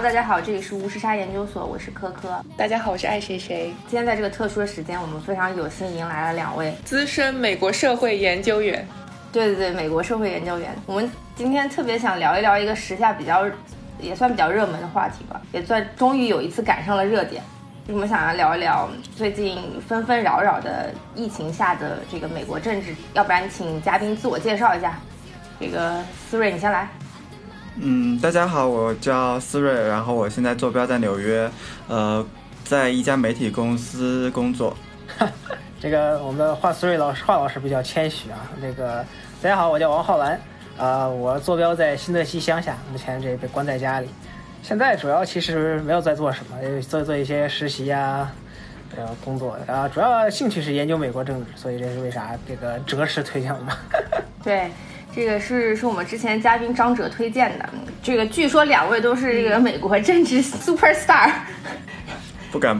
大家好，这里是无时差研究所，我是科科。 大家好，我是爱谁谁。 今天在这个特殊的时间，我们非常有幸迎来了2位资深美国社会研究员。 对，美国社会研究员。我们今天特别想聊一聊一个时下也算比较热门的话题吧，也算终于有一次赶上了热点。我们想要聊一聊最近纷纷扰扰的疫情下的这个美国政治，要不然请嘉宾自我介绍一下。这个思睿，你先来。 大家好，我叫思睿，然后我现在坐标在纽约，在一家媒体公司工作。 这个我们的华老师比较谦虚啊。大家好，我叫王浩然，我坐标在新泽西乡下，目前被关在家里。现在主要其实没有在做什么，做一些实习啊，工作啊，主要兴趣是研究美国政治，所以这是为啥这个哲师推荐我们。 对。这个是我们之前嘉宾张哲推荐的，这个据说2位都是这个美国政治 superstar。 不敢。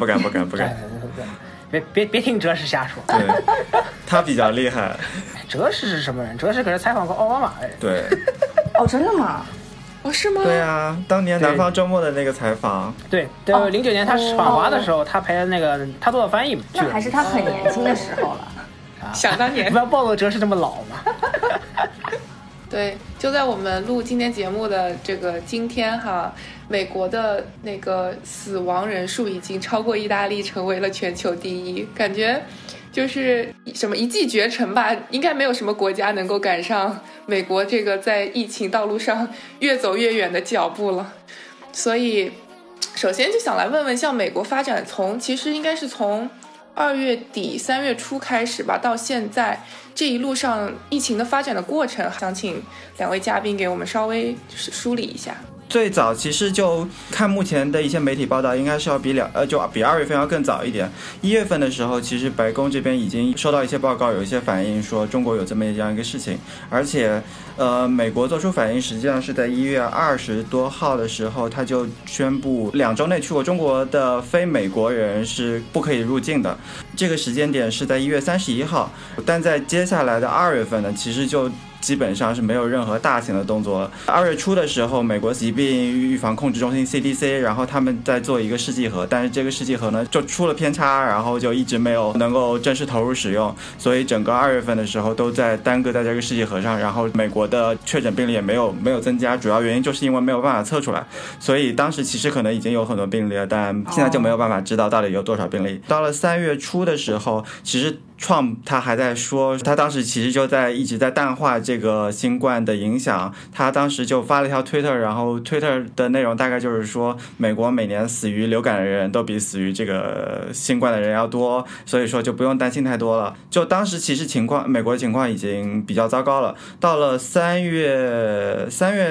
别听哲师瞎说。 对，他比较厉害。 哲师是什么人？哲师可是采访过奥巴马的人。 对。 哦，真的吗？ 哦，是吗？ 对啊，当年南方周末的那个采访。 对，09年他访华的时候，他陪的那个他做的翻译嘛。 那还是他很年轻的时候了。 想当年。 不要暴露哲师这么老嘛。 对，就在我们录今天节目的这个今天哈，美国的那个死亡人数已经超过意大利，成为了全球第一，感觉就是什么一骑绝尘吧，应该没有什么国家能够赶上美国这个在疫情道路上越走越远的脚步了。所以首先就想来问问，像美国发展其实应该是从2月底3月初开始吧，到现在这一路上疫情的发展的过程，想请2位嘉宾给我们稍微梳理一下。 最早其实就看目前的一些媒体报道，应该是要比2月份要更早一点。1月份的时候，其实白宫这边已经收到一些报告，有一些反映说中国有这么样一个事情，而且美国做出反应实际上是在1月20多号的时候，他就宣布2周内去过中国的非美国人是不可以入境的。这个时间点是在1月31号，但在接下来的2月份呢，其实就基本上是没有任何大型的动作了。2月初的时候，美国疾病预防控制中心 CDC， 然后他们在做一个试剂盒，但是这个试剂盒呢就出了偏差，然后就一直没有能够正式投入使用，所以整个2月份的时候都在耽搁在这个试剂盒上，然后美国的确诊病例也没有增加，主要原因就是因为没有办法测出来，所以当时其实可能已经有很多病例了，但现在就没有办法知道到底有多少病例。到了3月初的时候，其实Trump 他还在说，他当时其实就一直在淡化这个新冠的影响。他当时就发了一条推特，然后推特的内容大概就是说，美国每年死于流感的人都比死于这个新冠的人要多，所以说就不用担心太多了。就当时其实美国的情况已经比较糟糕了。到了3月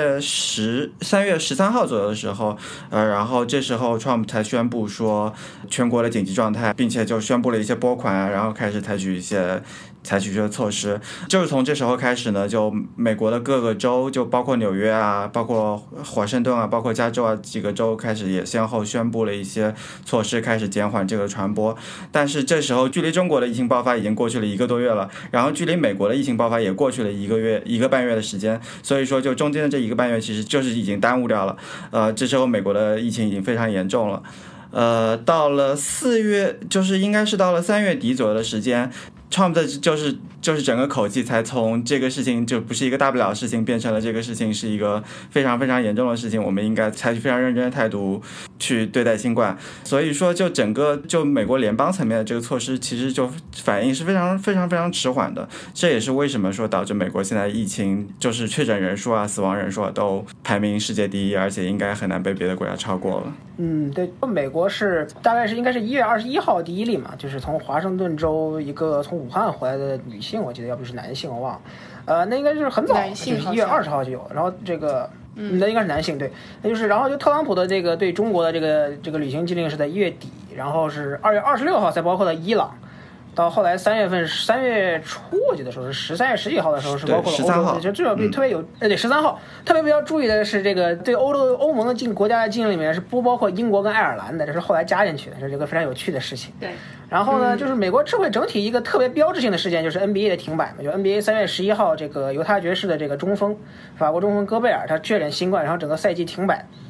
13号左右的时候，然后这时候 Trump 才宣布说全国的紧急状态，并且就宣布了一些拨款，然后开始采取一些措施。就是从这时候开始呢，就美国的各个州，就包括纽约啊，包括华盛顿啊，包括加州啊，几个州开始也先后宣布了一些措施，开始减缓这个传播。但是这时候距离中国的疫情爆发已经过去了1个多月了，然后距离美国的疫情爆发也过去了1个半月的时间，所以说就中间的这1个半月其实就是已经耽误掉了。这时候美国的疫情已经非常严重了。到了4月，就是应该是到了3月底左右的时间，Trump 的就是整个口气才从这个事情就不是一个大不了的事情，变成了这个事情是一个非常非常严重的事情，我们应该采取非常认真的态度去对待新冠。所以说就整个美国联邦层面的这个措施，其实就反应是非常非常非常迟缓的。这也是为什么说导致美国现在疫情就是确诊人数啊、死亡人数啊都排名世界第一，而且应该很难被别的国家超过了。 对，美国是大概是应该是1月21号第一例嘛，就是从华盛顿州一个从武汉回来的女性，我记得要不是男性我忘了，那应该就是很早，就是1月20号就有。然后这个那应该是男性，对，那就是然后就特朗普的这个对中国的这个旅行禁令是在1月底，然后是2月26号才包括了伊朗。到后来3月初，我记得说是13月十几号的时候是包括了欧洲，就至少特别有对13号特别比较注意的是这个对欧盟的国家的禁令里面是不包括英国跟爱尔兰的，这是后来加进去的，这是一个非常有趣的事情。 对。 然后呢，就是美国社会整体一个特别标志性的事件就是 NBA 的停摆嘛，就 NBA 3月11号这个犹他爵士的这个中锋法国中锋戈贝尔他确诊新冠，然后整个赛季停摆。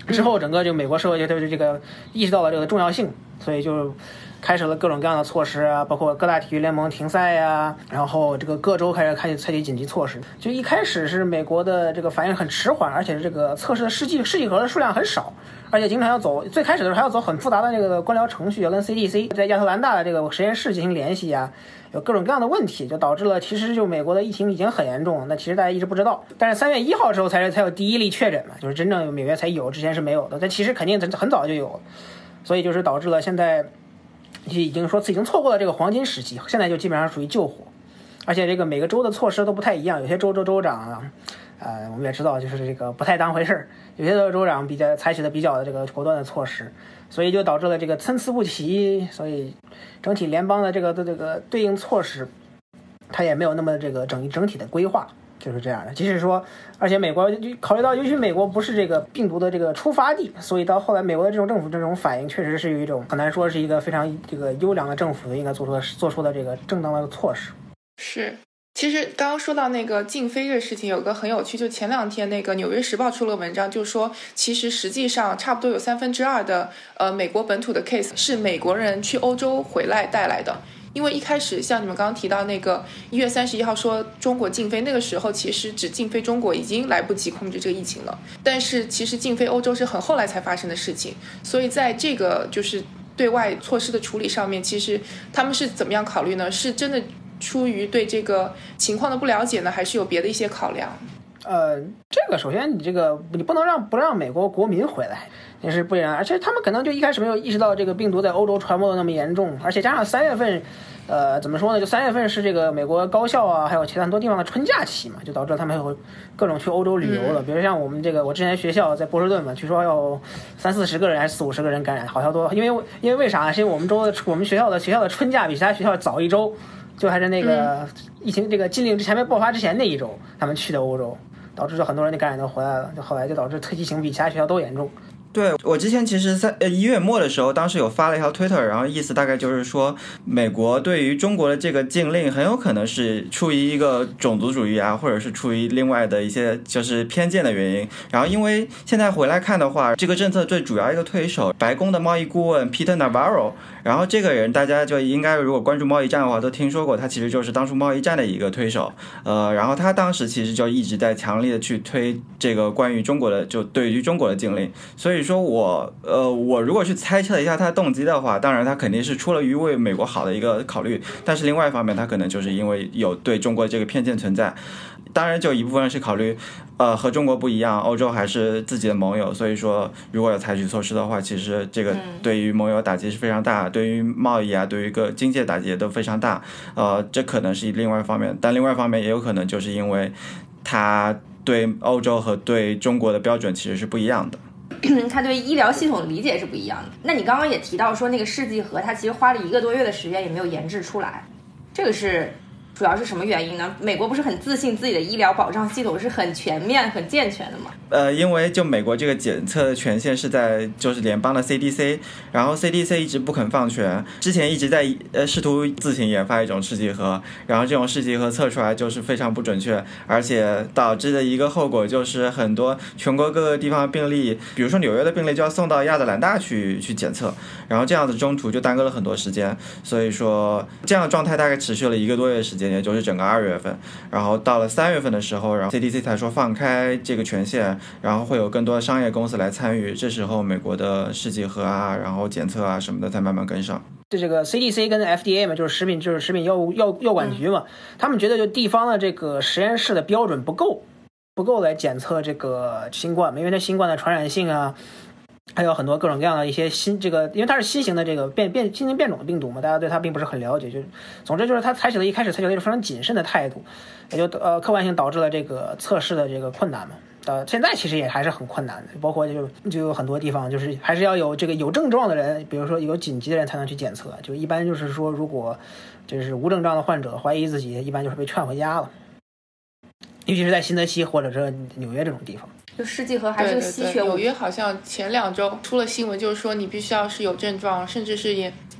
之后整个就美国社会就这个意识到了这个重要性，所以就开始了各种各样的措施啊，包括各大体育联盟停赛呀，然后这个各州开始采取紧急措施。就一开始是美国的这个反应很迟缓，而且这个测试的试剂盒的数量很少，而且经常要走，最开始的时候还要走很复杂的这个官僚程序，要跟 CDC 在亚特兰大的这个实验室进行联系啊，有各种各样的问题，就导致了其实就美国的疫情已经很严重了，那其实大家一直不知道。但是3月1号之后才有第一例确诊嘛，就是真正美国才有，之前是没有的，但其实肯定很早就有了，所以就是导致了现在已经错过了这个黄金时期，现在就基本上属于救火。而且这个每个州的措施都不太一样，有些州长啊，我们也知道就是这个不太当回事儿，有些州长采取的比较这个果断的措施，所以就导致了这个参差不齐，所以整体联邦的这个对应措施，它也没有那么这个整体的规划，就是这样的。即使说，而且美国考虑到，尤其美国不是这个病毒的这个出发地，所以到后来美国的这种政府这种反应，确实是有一种很难说是一个非常这个优良的政府应该做出的这个正当的措施。 是。其实刚刚说到那个禁飞这事情，有个很有趣，就前2天那个《纽约时报》出了文章，就说其实实际上差不多有2/3的美国本土的 case 是美国人去欧洲回来带来的。因为一开始像你们刚刚提到那个1月31号说中国禁飞，那个时候其实只禁飞中国已经来不及控制这个疫情了，但是其实禁飞欧洲是很后来才发生的事情，所以在这个就是对外措施的处理上面，其实他们是怎么样考虑呢？是真的出于对这个情况的不了解呢，还是有别的一些考量？ 这个首先你不能不让美国国民回来，也是不然，而且他们可能就一开始没有意识到这个病毒在欧洲传播的那么严重，而且加上3月份，怎么说呢？就3月份是这个美国高校啊，还有其他很多地方的春假期嘛，就导致他们会各种去欧洲旅游了。比如像我们我之前学校在波士顿嘛，据说要30-40个人还是40-50个人感染，好像多，因为为啥呢？是因为我们学校的春假比其他学校早1周。就还是那个疫情这个禁令还没爆发之前那1周，他们去的欧洲，导致很多人的感染都回来了，就后来就导致疫情比其他学校都严重。 对，我之前其实1月末的时候，当时有发了一条推特，然后意思大概就是说，美国对于中国的这个禁令很有可能是出于一个种族主义啊，或者是出于另外的一些就是偏见的原因。然后因为现在回来看的话，这个政策最主要一个推手，白宫的贸易顾问 Peter Navarro， 然后这个人大家就应该如果关注贸易战的话都听说过，他其实就是当初贸易战的一个推手。然后他当时其实就一直在强力的去推这个关于中国的，就对于中国的禁令。所以说我如果去猜测一下他的动机的话，当然他肯定是出了于为美国好的一个考虑，但是另外一方面他可能就是因为有对中国这个偏见存在，当然就一部分是考虑和中国不一样，欧洲还是自己的盟友，所以说如果要采取措施的话，其实这个对于盟友打击是非常大，对于贸易啊，对于个经济的打击也都非常大，这可能是另外一方面，但另外一方面也有可能就是因为他对欧洲和对中国的标准其实是不一样的。 他对医疗系统的理解是不一样的。那你刚刚也提到说那个试剂盒，它其实花了1个多月的时间也没有研制出来，这个是主要是什么原因呢？美国不是很自信自己的医疗保障系统是很全面很健全的吗？ 因为就美国这个检测的权限是在就是联邦的 CDC， 然后 CDC 一直不肯放权，之前一直在试图自行研发一种试剂盒，然后这种试剂盒测出来就是非常不准确，而且导致的一个后果就是很多全国各个地方的病例，比如说纽约的病例就要送到亚特兰大去检测，然后这样子中途就耽搁了很多时间，所以说这样的状态大概持续了1个多月的时间，也就是整个2月份，然后到了3月份的时候，然后 CDC 才说放开这个权限，然后会有更多的商业公司来参与，这时候美国的试剂盒啊，然后检测啊什么的才慢慢跟上。 这个 CDC 跟 FDA 嘛，就是食品药管局嘛，他们觉得就地方的这个实验室的标准不够来检测这个新冠，因为它新冠的传染性啊，还有很多各种各样的一些因为它是新型的这个新型变种的病毒嘛，大家对它并不是很了解，总之就是它一开始采取了一种非常谨慎的态度，也就客观性导致了这个测试的这个困难嘛。现在其实也还是很困难的，包括就有很多地方就是还是要有这个有症状的人，比如说有紧急的人才能去检测，就一般就是说如果就是无症状的患者怀疑自己，一般就是被劝回家了，尤其是在新泽西或者是纽约这种地方。 就试剂盒还是稀缺物。 纽约好像前2周出了新闻，就是说你必须要是有症状，甚至是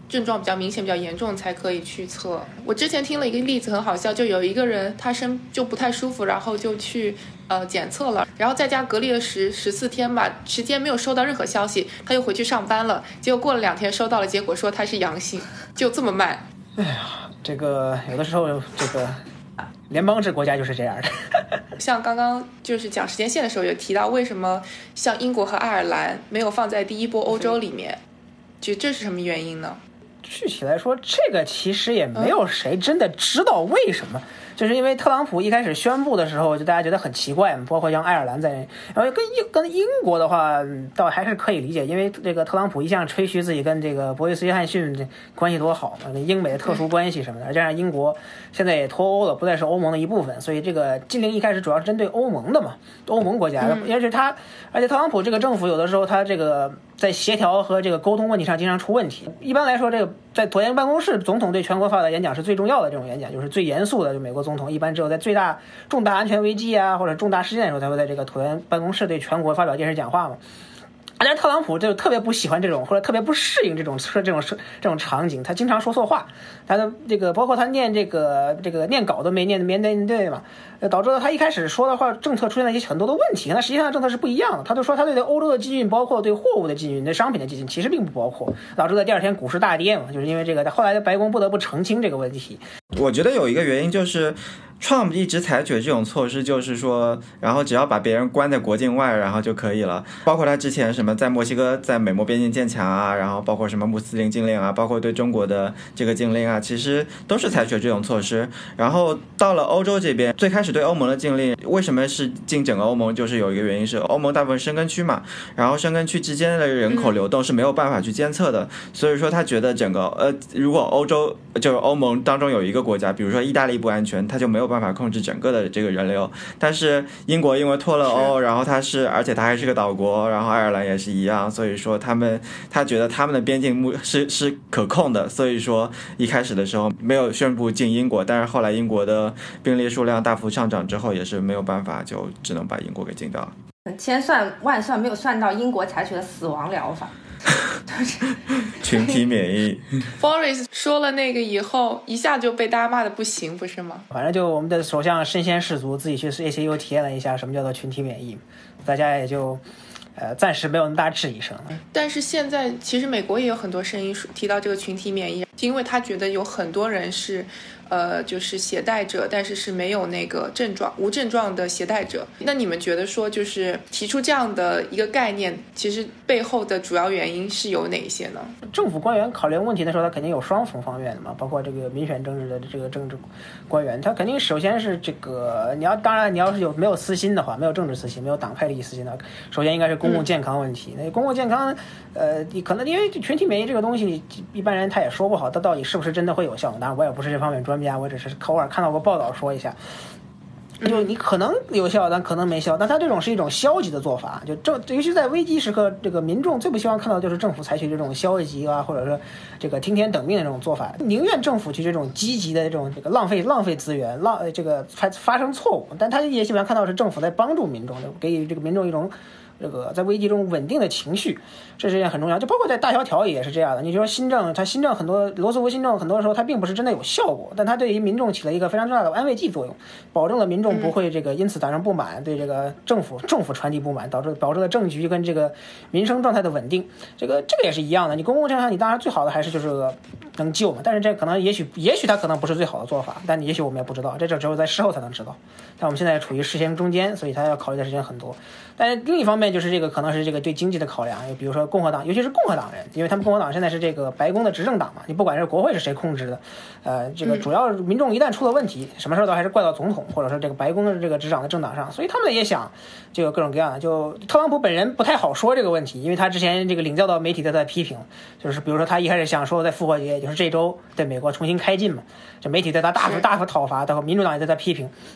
症状比较明显比较严重才可以去测。我之前听了一个例子很好笑，就有一个人他就不太舒服，然后就去检测了，然后在家隔离了14天吧，时间没有收到任何消息，他又回去上班了，结果过了2天收到了结果说他是阳性，就这么慢。 哎呀，这个有的时候这个联邦制国家就是这样的。 像刚刚就是讲时间线的时候有提到，为什么像英国和爱尔兰没有放在第一波欧洲里面，就这是什么原因呢？ 具体来说，这个其实也没有谁真的知道为什么，就是因为特朗普一开始宣布的时候，就大家觉得很奇怪嘛，包括像爱尔兰在内，然后跟英国的话，倒还是可以理解，因为这个特朗普一向吹嘘自己跟这个博瑞斯·约翰逊关系多好嘛，英美的特殊关系什么的，加上英国现在也脱欧了，不再是欧盟的一部分，所以这个禁令一开始主要是针对欧盟的嘛，欧盟国家，而且特朗普这个政府有的时候他这个在协调和这个沟通问题上经常出问题。一般来说，这个在椭圆办公室，总统对全国发表演讲是最重要的这种演讲，就是最严肃的。就美国总统一般只有在重大安全危机啊或者重大事件的时候，才会在这个椭圆办公室对全国发表电视讲话嘛。但是特朗普就特别不喜欢这种，或者特别不适应这种场景，他经常说错话，他的这个包括他念这个念稿都没念对嘛，导致了他一开始说的话政策出现了一些很多的问题，那实际上政策是不一样的。他就说他对欧洲的禁运，包括对货物的禁运、对商品的禁运，其实并不包括，导致了第二天股市大跌嘛，就是因为这个，后来的白宫不得不澄清这个问题。 我觉得有一个原因就是Trump 一直采取这种措施，就是说，然后只要把别人关在国境外，然后就可以了。包括他之前什么在墨西哥在美墨边境建墙啊，然后包括什么穆斯林禁令啊，包括对中国的这个禁令啊，其实都是采取这种措施。然后到了欧洲这边，最开始对欧盟的禁令，为什么是禁整个欧盟？就是有一个原因是欧盟大部分申根区嘛，然后申根区之间的人口流动是没有办法去监测的，所以说他觉得整个如果欧洲就是欧盟当中有一个国家，比如说意大利不安全，他就没有办法控制整个的这个人流。但是英国因为脱了欧，然后而且它还是个岛国，然后爱尔兰也是一样，所以说他觉得他们的边境是可控的，所以说一开始的时候没有宣布禁英国，但是后来英国的病例数量大幅上涨之后，也是没有办法，就只能把英国给禁掉了。 千算万算没有算到英国采取了死亡疗法。 群体免疫。 Boris 说了那个以后，一下就被大家骂的不行，不是吗？ 反正就我们的首相身先士卒，自己去 ACU 体验了一下什么叫做群体免疫，大家也就暂时没有那么大质疑声。 但是现在其实美国也有很多声音提到这个群体免疫，因为他觉得有很多人是就是携带者，但是没有那个无症状的携带者。那你们觉得说就是提出这样的一个概念，其实背后的主要原因是有哪些呢？ 政府官员考虑问题的时候，他肯定有双重方面的嘛，包括这个民选政治的这个政治官员，他肯定首先是这个当然你要是没有私心的话，没有政治私心，没有党派利益私心的，首先应该是公共健康问题。那公共健康可能因为群体免疫这个东西，一般人他也说不好，它到底是不是真的会有效。当然我也不是这方面专家，我只是偶尔看到过报道说一下，就你可能有效，但可能没效。但它这种是一种消极的做法，尤其在危机时刻，这个民众最不希望看到就是政府采取这种消极啊，或者说这个听天等命的这种做法，宁愿政府去这种积极的这种浪费资源，这个发生错误。但他也喜欢看到是政府在帮助民众，给予这个民众一种这个在危机中稳定的情绪，这是一件很重要。就包括在大萧条也是这样的。你说新政很多罗斯福新政很多时候它并不是真的有效果，但它对于民众起了一个非常重要的安慰剂作用，保证了民众不会这个因此产生不满，对这个政府传递不满，保证了政局跟这个民生状态的稳定。这个也是一样的。你公共健康，你当然最好的还是就是能救嘛，但是这可能也许它可能不是最好的做法，但也许我们也不知道，这只有在事后才能知道。但我们现在处于事情中间，所以他要考虑的事情很多。但是另一方面就是这个可能是这个对经济的考量，比如说共和党，尤其是共和党人，因为他们共和党现在是这个白宫的执政党嘛，你不管是国会是谁控制的，这个主要民众一旦出了问题，什么事儿都还是怪到总统或者说这个白宫的这个执掌的政党上，所以他们也想这个各种各样的。就特朗普本人不太好说这个问题，因为他之前这个领教到媒体在批评，就是比如说他一开始想说在复活节，也就是这周对美国重新开禁嘛，这媒体对他大幅讨伐，到民主党也在批评。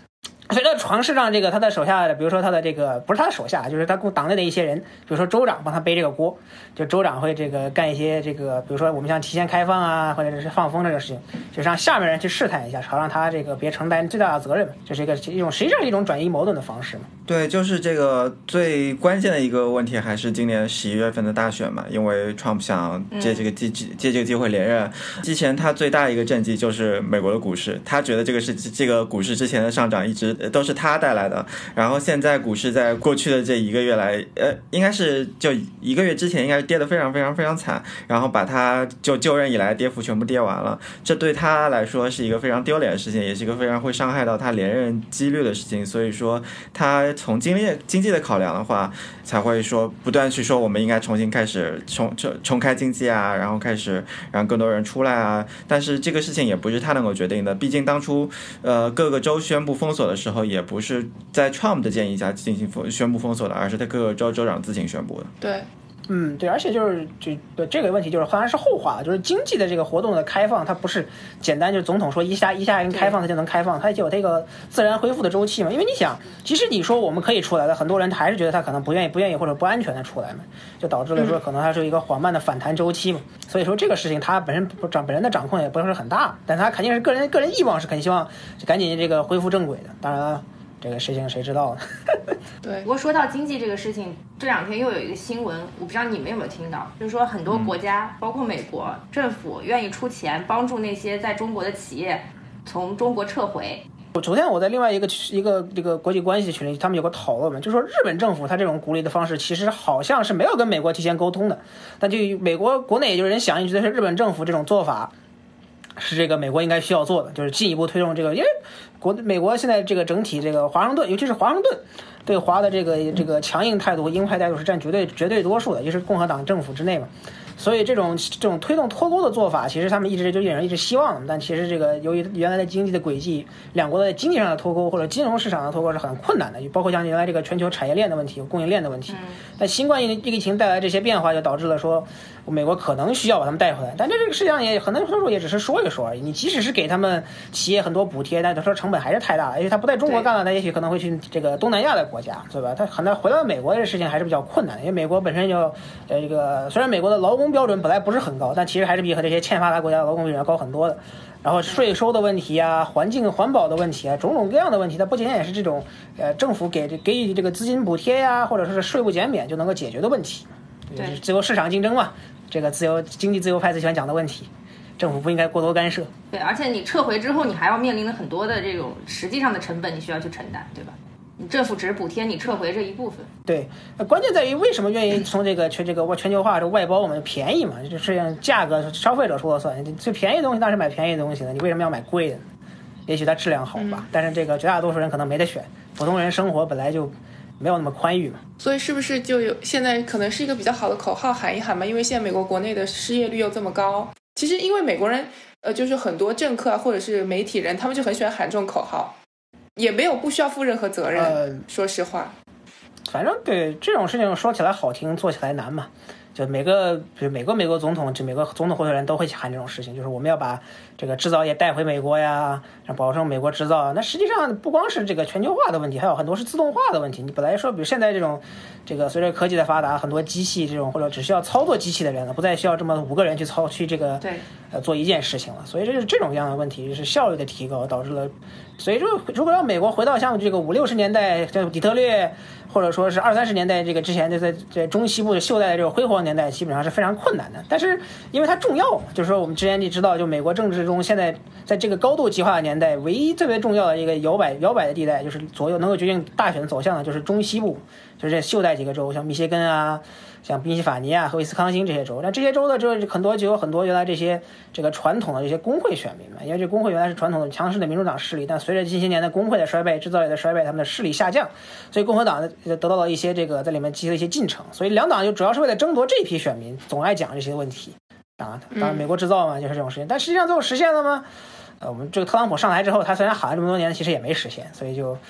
所以他尝试让这个他的手下的，比如说他的这个不是他的手下，就是他党内的一些人，比如说州长帮他背这个锅，就州长会这个干一些这个，比如说我们像提前开放啊，或者是放风这个事情，就让下面人去试探一下，好让他这个别承担最大的责任，这是一种实际上是一种转移矛盾的方式嘛。 对，就是这个最关键的一个问题还是今年11月份的大选嘛，因为 Trump 想借这个机会连任。之前他最大一个政绩就是美国的股市，他觉得这个股市之前的上涨一直都是他带来的，然后现在股市在过去的这一个月来，应该是就1个月之前应该是跌得非常非常非常惨，然后把他就任以来跌幅全部跌完了，这对他来说是一个非常丢脸的事情，也是一个非常会伤害到他连任几率的事情，所以说他从经济的考量的话，才会说不断去说我们应该重新开始重开经济啊，然后开始让更多人出来啊。但是这个事情也不是他能够决定的，毕竟当初各个州宣布封锁的时候，也不是在 Trump 的建议下进行宣布封锁的，而是他各个州长自行宣布的。 对。 对，而且就是这个问题就是好像是后话，就是经济的这个活动的开放，它不是简单就是总统说一下人开放它就能开放，它就有这个自然恢复的周期嘛。因为你想，即使你说我们可以出来的，很多人还是觉得他可能不愿意或者不安全的出来嘛，就导致了说可能它是一个缓慢的反弹周期嘛。所以说这个事情它本人的掌控也不是很大，但他肯定是个人欲望是很希望赶紧这个恢复正轨的。当然了，这个事情谁知道呢？ 对。 不过说到经济这个事情，这2天又有一个新闻，我不知道你们有没有听到，就是说很多国家，包括美国政府愿意出钱帮助那些在中国的企业从中国撤回。 昨天我在另外一个这个国际关系群里，他们有个讨论嘛，就是说日本政府他这种鼓励的方式，其实好像是没有跟美国提前沟通的，但就美国国内也就是人响应，觉得是日本政府这种做法是这个美国应该需要做的，就是进一步推动这个，因为美国现在这个整体这个华盛顿，尤其是华盛顿对华的这个强硬态度和鹰派态度是占绝对多数的，也是共和党政府之内嘛。所以这种推动脱钩的做法，其实他们一直希望，但其实这个由于原来的经济的轨迹，两国的经济上的脱钩或者金融市场的脱钩是很困难的，包括像原来这个全球产业链的问题、供应链的问题。但新冠疫情带来这些变化，就导致了说美国可能需要把他们带回来，但这个实际上也很多时候也只是说一说而已。你即使是给他们企业很多补贴，但他说成本还是太大了，因为他不在中国干了，他也许可能会去这个东南亚的国家，对吧？他很难回到美国，这事情还是比较困难的，因为美国本身就这个虽然美国的劳工标准本来不是很高，但其实还是比和这些欠发达国家的劳工标准要高很多的。然后税收的问题啊，环保的问题啊，种种各样的问题，它不仅仅也是这种政府给予这个资金补贴呀，或者说是税务减免就能够解决的问题。对，自由市场竞争嘛，这个经济自由派最喜欢讲的问题，政府不应该过多干涉。 对，而且你撤回之后，你还要面临的很多的这种实际上的成本，你需要去承担，对吧？你政府只是补贴你撤回这一部分。 对，关键在于为什么愿意从这个全球化这外包，我们便宜嘛，就是让价格消费者说了算，最便宜的东西当然是买便宜的东西了，你为什么要买贵的？也许它质量好吧，但是这个绝大多数人可能没得选，普通人生活本来就没有那么宽裕嘛。 所以是不是就有现在可能是一个比较好的口号喊一喊嘛？因为现在美国国内的失业率又这么高，其实因为美国人就是很多政客啊或者是媒体人，他们就很喜欢喊这种口号，也没有不需要负任何责任。说实话， 反正对这种事情说起来好听，做起来难嘛。就每个美国总统，每个总统候选人都会喊这种事情，就是我们要把这个制造业带回美国呀，保证美国制造。那实际上不光是这个全球化的问题，还有很多是自动化的问题。你本来说，比如现在这个随着科技的发达，很多机器这种或者只需要操作机器的人了，不再需要这么5个人去这个做一件事情了。所以这种样的问题是效率的提高导致了。所以如果让美国回到像这个50、60年代，像底特律，或者说是20、30年代这个之前在中西部袖带的这个辉煌年代，基本上是非常困难的。但是因为它重要，就是说我们之前就知道，就美国政治中现在在这个高度极化的年代，唯一特别重要的一个摇摆的地带，就是左右能够决定大选走向的，就是中西部，就是这袖带几个州，像密歇根啊，像宾夕法尼亚和威斯康星这些州。那这些州的就有很多原来这个传统的这些工会选民嘛，因为这工会原来是传统的强势的民主党势力，但随着近些年的工会的衰败、制造业的衰败，他们的势力下降，所以共和党得到了一些这个在里面积了一些进程，所以两党就主要是为了争夺这批选民，总爱讲这些问题啊。当然美国制造嘛，就是这种事情，但实际上最后实现了吗？我们这个特朗普上台之后，他虽然喊了这么多年，其实也没实现，所以就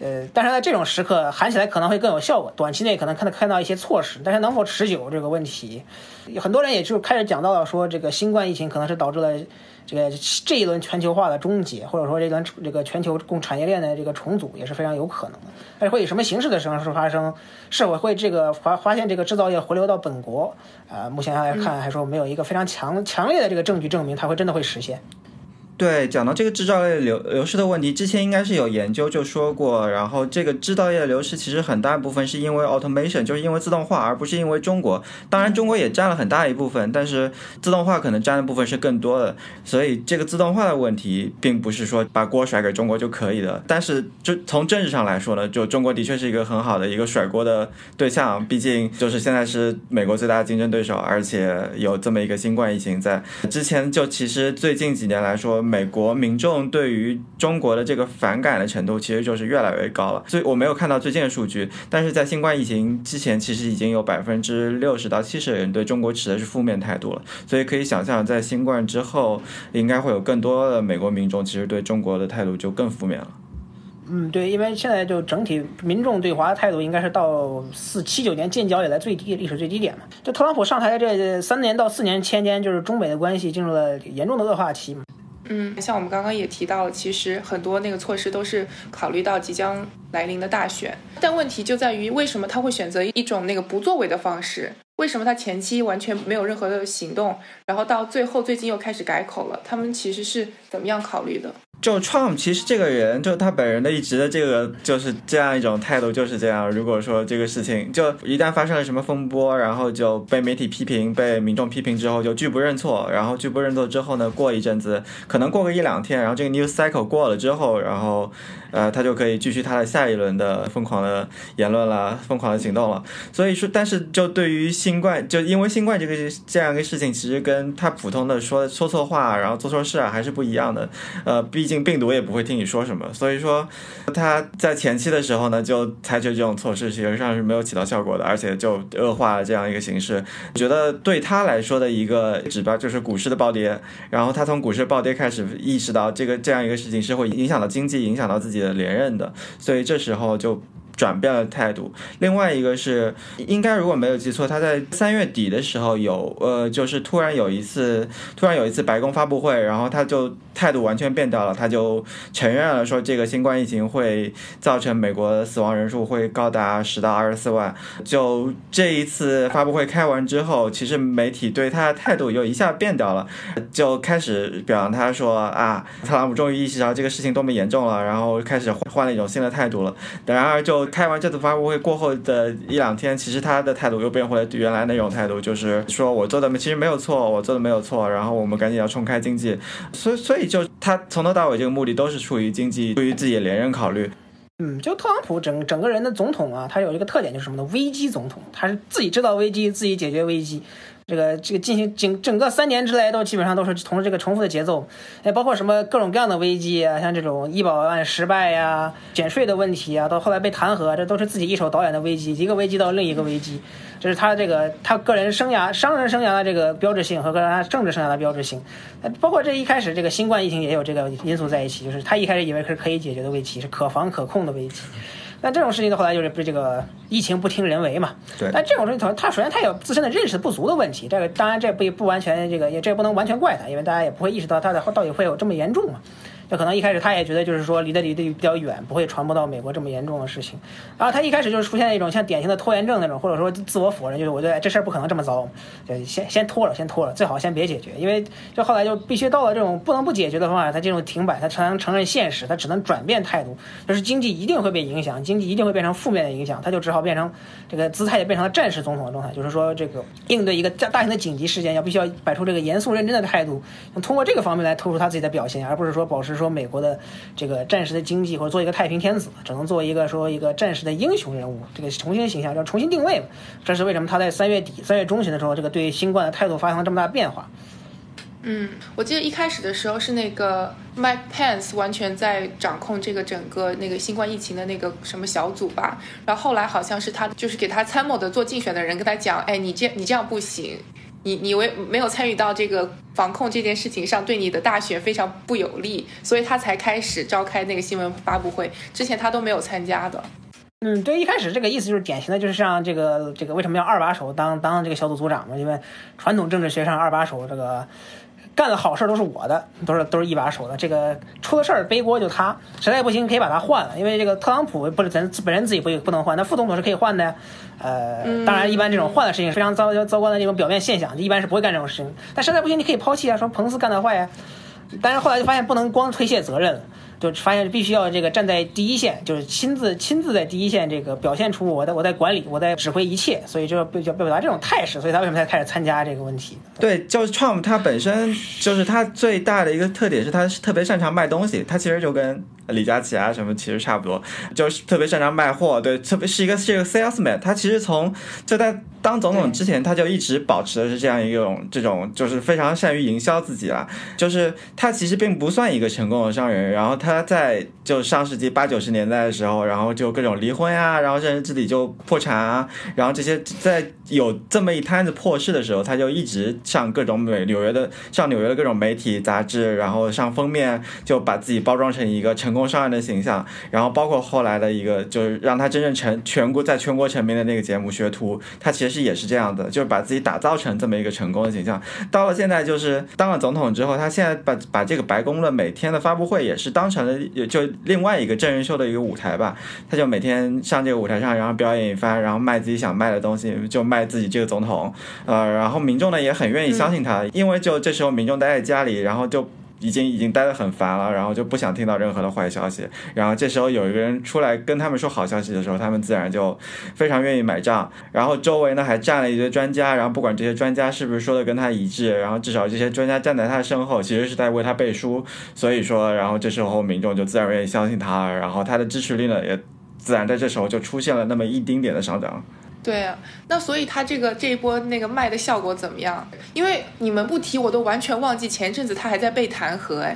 但是在这种时刻喊起来可能会更有效果，短期内可能看到一些措施，但是能否持久这个问题，很多人也就开始讲到了说，这个新冠疫情可能是导致了这一轮全球化的终结，或者说这轮这个全球供产业链的这个重组也是非常有可能的。但是会以什么形式的方式发生，是否会这个发现这个制造业回流到本国目前来看还说没有一个非常强烈的这个证据证明它真的会实现。 对，讲到这个制造业流失的问题，之前应该是有研究就说过，然后这个制造业流失其实很大一部分是因为 automation， 就是因为自动化，而不是因为中国。当然中国也占了很大一部分，但是自动化可能占的部分是更多的，所以这个自动化的问题并不是说把锅甩给中国就可以的。但是就从政治上来说呢，就中国的确是一个很好的一个甩锅的对象，毕竟就是现在是美国最大的竞争对手，而且有这么一个新冠疫情在。之前就其实最近几年来说，美国民众对于中国的这个反感的程度其实就是越来越高了，所以我没有看到最近的数据，但是在新冠疫情之前其实已经有60%到70%的人对中国持的是负面态度了，所以可以想象在新冠之后应该会有更多的美国民众其实对中国的态度就更负面了。 对，因为现在就整体民众对华的态度应该是到79年建交以来历史最低点嘛。就特朗普上台这3年到4年期间，就是中美的关系进入了严重的恶化期嘛。 像我们刚刚也提到了，其实很多那个措施都是考虑到即将来临的大选，但问题就在于为什么他会选择一种那个不作为的方式？为什么他前期完全没有任何的行动，然后到最后最近又开始改口了？他们其实是怎么样考虑的？ 就 Trump 其实这个人，就他本人的一直的这个就是这样一种态度，就是这样。如果说这个事情就一旦发生了什么风波，然后就被媒体批评、被民众批评之后，就拒不认错。然后拒不认错之后呢，过一阵子，可能过个1-2天，然后这个 news cycle 过了之后，然后他就可以继续他的下一轮的疯狂的言论了、疯狂的行动了。所以说，但是就对于新冠，就因为新冠这样一个事情，其实跟他普通的说错话，然后做错事还是不一样的。毕竟病毒也不会听你说什么，所以说他在前期的时候呢，就采取这种措施，实际上是没有起到效果的，而且就恶化了这样一个形势。我觉得对他来说的一个指标就是股市的暴跌，然后他从股市暴跌开始意识到这样一个事情是会影响到经济、影响到自己的连任的，所以这时候就转变了态度。另外一个是应该如果没有记错，他在3月底的时候就是突然有一次白宫发布会，然后他就态度完全变掉了，他就承认了说这个新冠疫情会造成美国的死亡人数会高达10到24万。就这一次发布会开完之后，其实媒体对他的态度又一下变掉了，就开始表扬他说特朗普终于意识到这个事情多么严重了，然后开始换了一种新的态度了。然而就开完这次发布会过后的1-2天，其实他的态度又变回了原来那种态度，就是说我做的其实没有错，然后我们赶紧要重开经济。所以就他从头到尾这个目的都是出于经济，出于自己的连任考虑。 就特朗普整个人的总统他有一个特点就是什么呢？危机总统，他是自己制造危机，自己解决危机。这个进行整个3年之内都基本上都是同这个重复的节奏，包括什么各种各样的危机像这种医保案失败减税的问题到后来被弹劾，这都是自己一手导演的危机，一个危机到另一个危机。这是他个人商人生涯的这个标志性和他政治生涯的标志性。包括这一开始这个新冠疫情也有这个因素在一起，就是他一开始以为是可以解决的危机，是可防可控的危机。但这种事情的后来就是这个疫情不听人为嘛。 对。 但这种事情，他首先他有自身的认识不足的问题，这个当然这不完全这不能完全怪他，因为大家也不会意识到他到底会有这么严重嘛。就可能一开始他也觉得就是说离得比较远，不会传播到美国这么严重的事情。然后他一开始就是出现一种像典型的拖延症那种，或者说自我否认，就是我觉得这事儿不可能这么糟，就先拖了，最好先别解决，因为就后来就必须到了这种不能不解决的方法，他进入停摆，他才能承认现实，他只能转变态度，就是经济一定会被影响，经济一定会变成负面的影响，他就只好变成这个姿态也变成了战时总统的状态，就是说这个应对一个大型的紧急事件必须要摆出这个严肃认真的态度，通过这个方面来突出他自己的表现，而不是说保持说美国的这个战时的经济或者做一个太平天子，只能做一个战时的英雄人物，这个重新形象要重新定位嘛。这是为什么他在3月中旬的时候，这个对新冠的态度发生了这么大变化。 我记得一开始的时候是那个 Mike Pence 完全在掌控这个整个那个新冠疫情的那个什么小组吧，然后后来好像是他就是给他参谋的做竞选的人跟他讲，你这样不行， 你没有参与到这个防控这件事情上，对你的大选非常不有利，所以他才开始召开那个新闻发布会，之前他都没有参加的。 对，一开始这个意思就是典型的，就是像这个为什么要二把手当这个小组组长嘛？因为传统政治学上二把手这个干的好事都是我的，都是一把手的。这个出了事儿背锅就他，实在不行可以把他换了，因为这个特朗普不是本人自己不能换，那副总统是可以换的呀。当然一般这种换的事情非常糟糕的那种表面现象，一般是不会干这种事情。但实在不行你可以抛弃啊，说彭斯干得坏呀。但是后来就发现不能光推卸责任了。就发现必须要这个站在第一线，就是亲自在第一线，这个表现出我在管理，我在指挥一切，所以就表达这种态势，所以他为什么才开始参加这个问题？ 对，就是 Trump 他本身就是他最大的一个特点是他特别擅长卖东西，他其实就跟李佳琦啊什么其实差不多，就是特别擅长卖货，对，特别是一个 salesman。他其实就在当总统之前，他就一直保持的是这样一种就是非常善于营销自己啦。就是他其实并不算一个成功的商人，然后他在就上世纪80、90年代的时候，然后就各种离婚啊，然后甚至自己就破产啊，然后这些在有这么一摊子破事的时候，他就一直上各种纽约的各种媒体杂志，然后上封面，就把自己包装成一个成功商人的形象。然后包括后来的一个就是让他真正在全国成名的那个节目《学徒》，他其实也是这样的，就是把自己打造成这么一个成功的形象。到了现在就是当了总统之后，他现在把这个白宫的每天的发布会也是当成了就另外一个真人秀的一个舞台吧，他就每天上这个舞台上，然后表演一番，然后卖自己想卖的东西，就卖自己这个总统，然后民众呢也很愿意相信他，因为就这时候民众待在家里，然后就已经待得很烦了，然后就不想听到任何的坏消息，然后这时候有一个人出来跟他们说好消息的时候，他们自然就非常愿意买账，然后周围呢还站了一堆专家，然后不管这些专家是不是说的跟他一致，然后至少这些专家站在他的身后，其实是在为他背书，所以说然后这时候民众就自然愿意相信他了，然后他的支持率呢也自然在这时候就出现了那么一丁点的上涨。 对啊，那所以他这一波那个卖的效果怎么样？因为你们不提我都完全忘记前阵子他还在被弹劾哎。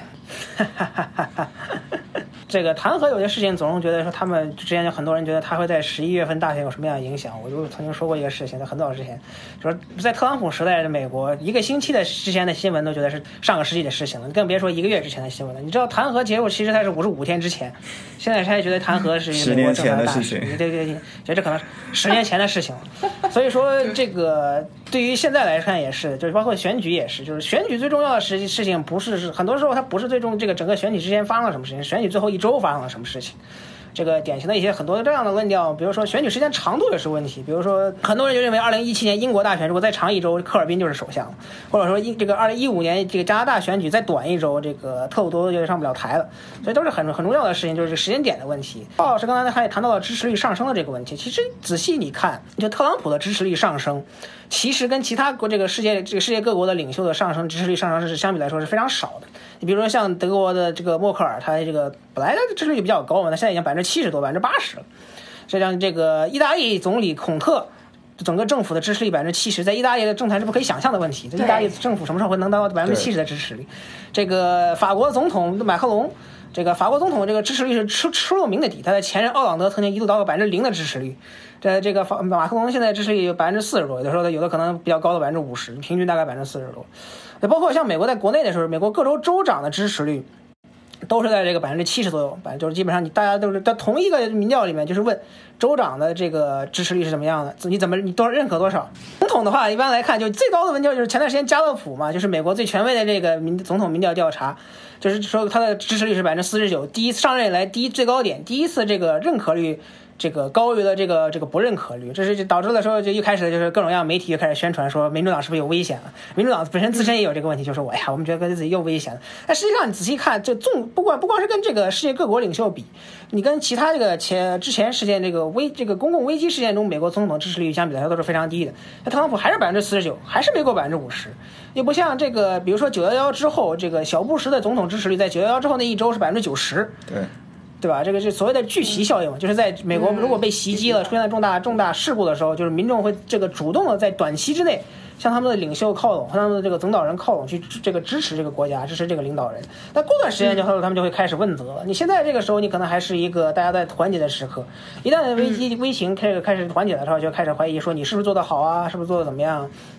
这个弹劾有些事情总是觉得说他们之前有很多人觉得他会在11月份大选有什么样的影响。我就曾经说过一个事情，在很早之前，就是在特朗普时代的美国，一个星期之前的新闻都觉得是上个世纪的事情了，更别说1个月之前的新闻了。你知道弹劾结束其实它是55天之前，现在还觉得弹劾是 10年前的事情， 对，觉得这可能10年前的事情了。所以说这个对于现在来看也是，就是包括选举也是，就是选举最重要的事情不是很多时候它不是最终这个整个选举之前发生了什么事情，选举最后1周发生了什么事情。这个典型的一些很多这样的论调，比如说选举时间长度也是问题，比如说很多人就认为2017年英国大选如果再长1周，科尔宾就是首相，或者说这个2015年这个加拿大选举再短1周，这个特鲁多就上不了台了，所以都是很重要的事情，就是这个时间点的问题。鲍老师刚才还谈到了支持率上升的这个问题，其实仔细你看，就特朗普的支持率上升，其实跟其他这个世界各国的领袖的上升支持率上升是相比来说是非常少的。你比如说像德国的这个默克尔，他这个本来的支持率比较高嘛，他现在已经70%多，80%了。这样这个意大利总理孔特，整个政府的支持率70%，在意大利的政坛是不可以想象的问题。这意大利政府什么时候会能达到70%的支持率？这个法国总统马克龙，这个法国总统这个支持率是出了名的低，他的前任奥朗德曾经一度达到0%的支持率。这个马克龙现在支持率有40%多，有的时候有的可能比较高的50%，平均大概40%多。包括像美国在国内的时候，美国各州州长的支持率都是在这个70%左右，就是基本上大家都是在同一个民调里面，就是问州长的这个支持率是怎么样的，你认可多少？总统的话，一般来看就最高的民调就是前段时间加勒普嘛，就是美国最权威的这个总统民调调查，就是说他的支持率是49%，第一次上任以来最高点，第一次这个认可率这个高于了这个不认可率，这是导致了说就一开始就是各种各样媒体就开始宣传说民主党是不是有危险了，民主党本身自身也有这个问题，就是我们觉得自己又危险了。但实际上你仔细看，这不光是跟这个世界各国领袖比，你跟其他这个之前事件这个公共危机事件中美国总统支持率相比来说都是非常低的。那特朗普还是49%，还是没过50%，也不像这个比如说911之后，这个小布什的总统支持率在911之后那1周是90%。对吧？这个是所谓的聚集效应嘛，就是在美国如果被袭击了，出现了重大事故的时候，就是民众会这个主动的在短期之内向他们的领袖靠拢，向他们的这个领导人靠拢，去这个支持这个国家，支持这个领导人。但过段时间之后，他们就会开始问责了。你现在这个时候，你可能还是一个大家在团结的时刻，一旦危情开始缓解的时候，就开始怀疑说你是不是做得好啊，是不是做得怎么样？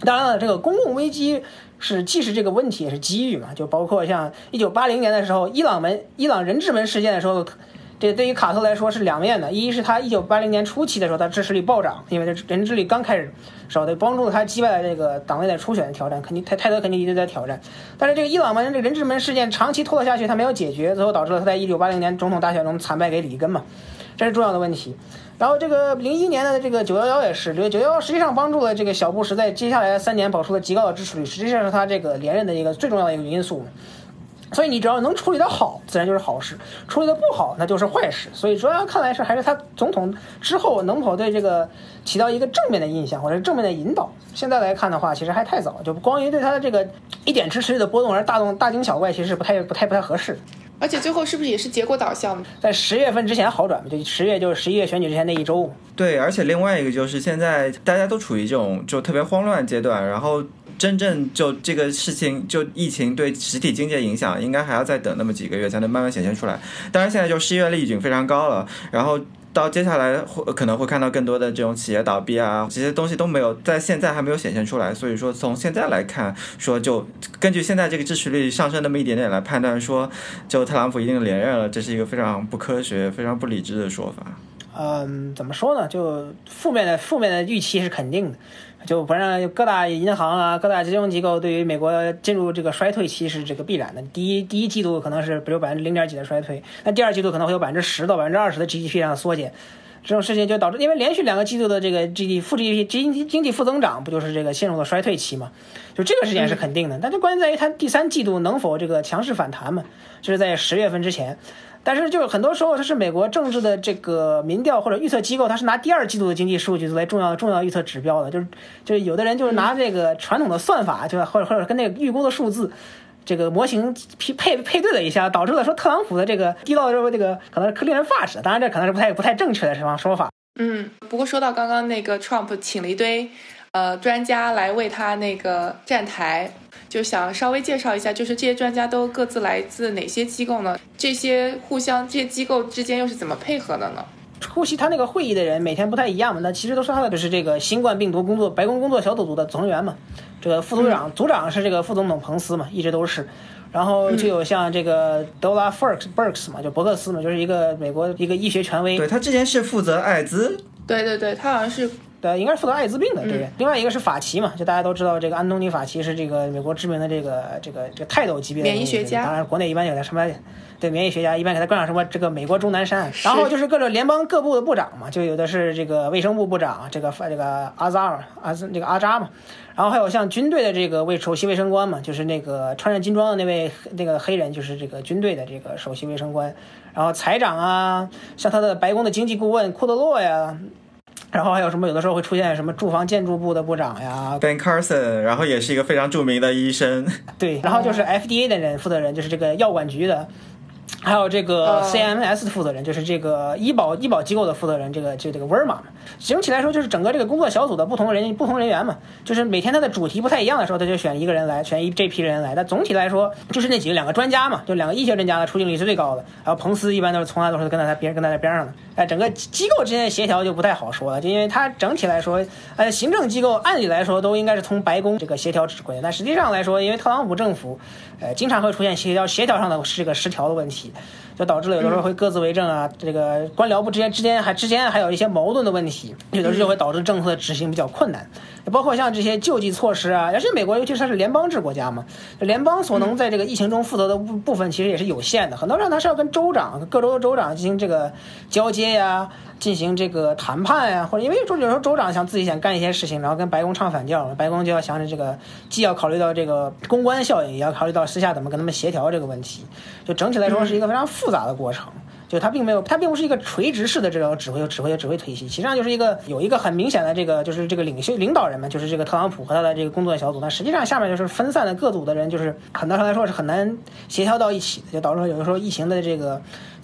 当然了，这个公共危机既是这个问题也是机遇嘛，就包括像1980年的时候伊朗人质门事件的时候，这对于卡特来说是两面的。一是他1980年初期的时候他支持率暴涨，因为这人质率刚开始时候，帮助他击败了这个党内的初选的挑战，泰德肯尼迪在挑战。但是这个伊朗门这个人质门事件长期拖了下去，他没有解决，最后导致了他在1980年总统大选中惨败给里根嘛，这是重要的问题。然后这个01年的这个911也是，这个911实际上帮助了这个小布什在接下来的3年保持了极高的支持率，实际上是他这个连任的一个最重要的一个因素。所以你只要能处理得好，自然就是好事；处理得不好，那就是坏事。所以主要看来是还是他总统之后能否对这个起到一个正面的印象或者正面的引导。现在来看的话，其实还太早，就光于对他的这个一点支持率的波动而大惊小怪，其实是不太合适。 而且最后是不是也是结果导向？ 在10月份之前好转，就10月就是11月选举之前那一周。 对，而且另外一个就是现在大家都处于这种就特别慌乱阶段，然后真正就这个事情就疫情对实体经济的影响，应该还要再等那么几个月才能慢慢显现出来。当然现在就失业率已经非常高了，然后到接下来可能会看到更多的这种企业倒闭啊，这些东西都没有在现在还没有显现出来。所以说从现在来看，说就根据现在这个支持率上升那么一点点来判断说就特朗普一定连任了，这是一个非常不科学非常不理智的说法。 怎么说呢，就负面的预期是肯定的，就反正各大银行啊各大金融机构对于美国进入这个衰退期是这个必然的。第一季度可能是比如0.几的衰退，那第二季度可能会有10%到20%的 GDP 上缩减，这种事情就导致因为连续2个季度的这个 GDP 经济负增长，不就是这个陷入了衰退期嘛，就这个事件是肯定的。但是关键在于它第3季度能否这个强势反弹嘛，就是在10月份之前。但是就是很多时候它是美国政治的这个民调或者预测机构，它是拿第2季度的经济数据作为重要预测指标的，就是有的人就是拿这个传统的算法，就或者跟那个预估的数字这个模型配对了一下，导致了说特朗普的这个低到这个可能是令人发指，当然这可能是不太正确的说法。 不过说到刚刚那个 Trump 请了一堆专家来为他那个站台，就想稍微介绍一下，就是这些专家都各自来自哪些机构呢？这些机构之间又是怎么配合的呢？ 出席他那个会议的人每天不太一样嘛，那其实都是他的就是这个新冠病毒白宫工作小组的成员嘛，这个副组长组长是这个副总统彭斯嘛，一直都是。然后就有像这个 Dola Burks 嘛，就伯克斯嘛，就是一个美国一个医学权威。 对，他之前是负责艾滋。 对，他好像是。 对，应该是负责艾滋病的。对，另外一个是法奇嘛，就大家都知道这个安东尼法奇是这个美国知名的这个泰斗级别的免疫学家， 当然国内一般有点什么对免疫学家一般给他冠上什么这个美国钟南山，然后就是各种联邦各部的部长嘛，就有的是这个卫生部部长这个阿扎嘛，然后还有像军队的这个首席卫生官嘛，就是那个穿着军装的那个黑人，就是这个军队的这个首席卫生官，然后财长啊，像他的白宫的经济顾问库德洛呀。然后还有什么有的时候会出现什么住房建筑部的部长呀 Ben Carson， 然后也是一个非常著名的医生。 对，然后就是 FDA 的负责人，就是这个药管局的，还有这个 CMS 的负责人，就是这个医保机构的负责人，这个 Verma。整体来说就是整个这个工作小组的不同人员嘛，就是每天他的主题不太一样的时候，他就选一个人来，选这批人来。但总体来说就是那2个专家嘛，就2个医学专家的出镜率是最高的。然后彭斯一般从来都是跟在他边上的。整个机构之间的协调就不太好说了，就因为他整体来说，行政机构按理来说都应该是从白宫这个协调指挥，但实际上来说，因为特朗普政府，经常会出现协调上的这个失调的问题。就导致了有的时候会各自为政啊，这个官僚部之间还有一些矛盾的问题，有的时候就会导致政策的执行比较困难。包括像这些救济措施啊，而且美国尤其是它是联邦制国家嘛，联邦所能在这个疫情中负责的部分其实也是有限的，很多时候它是要跟各州的州长进行这个交接呀，进行这个谈判呀，或者因为有时候州长自己想干一些事情，然后跟白宫唱反调，白宫就要想着这个既要考虑到这个公关效应，也要考虑到私下怎么跟他们协调这个问题，就整体来说是一个非常复杂的过程。就它并不是一个垂直式的这种指挥体系，其实上就是有一个很明显的这个就是这个领导人们，就是这个特朗普和他的这个工作小组，但实际上下面就是分散的各组的人，就是很多上来说是很难协调到一起的，就导致有的时候疫情的这个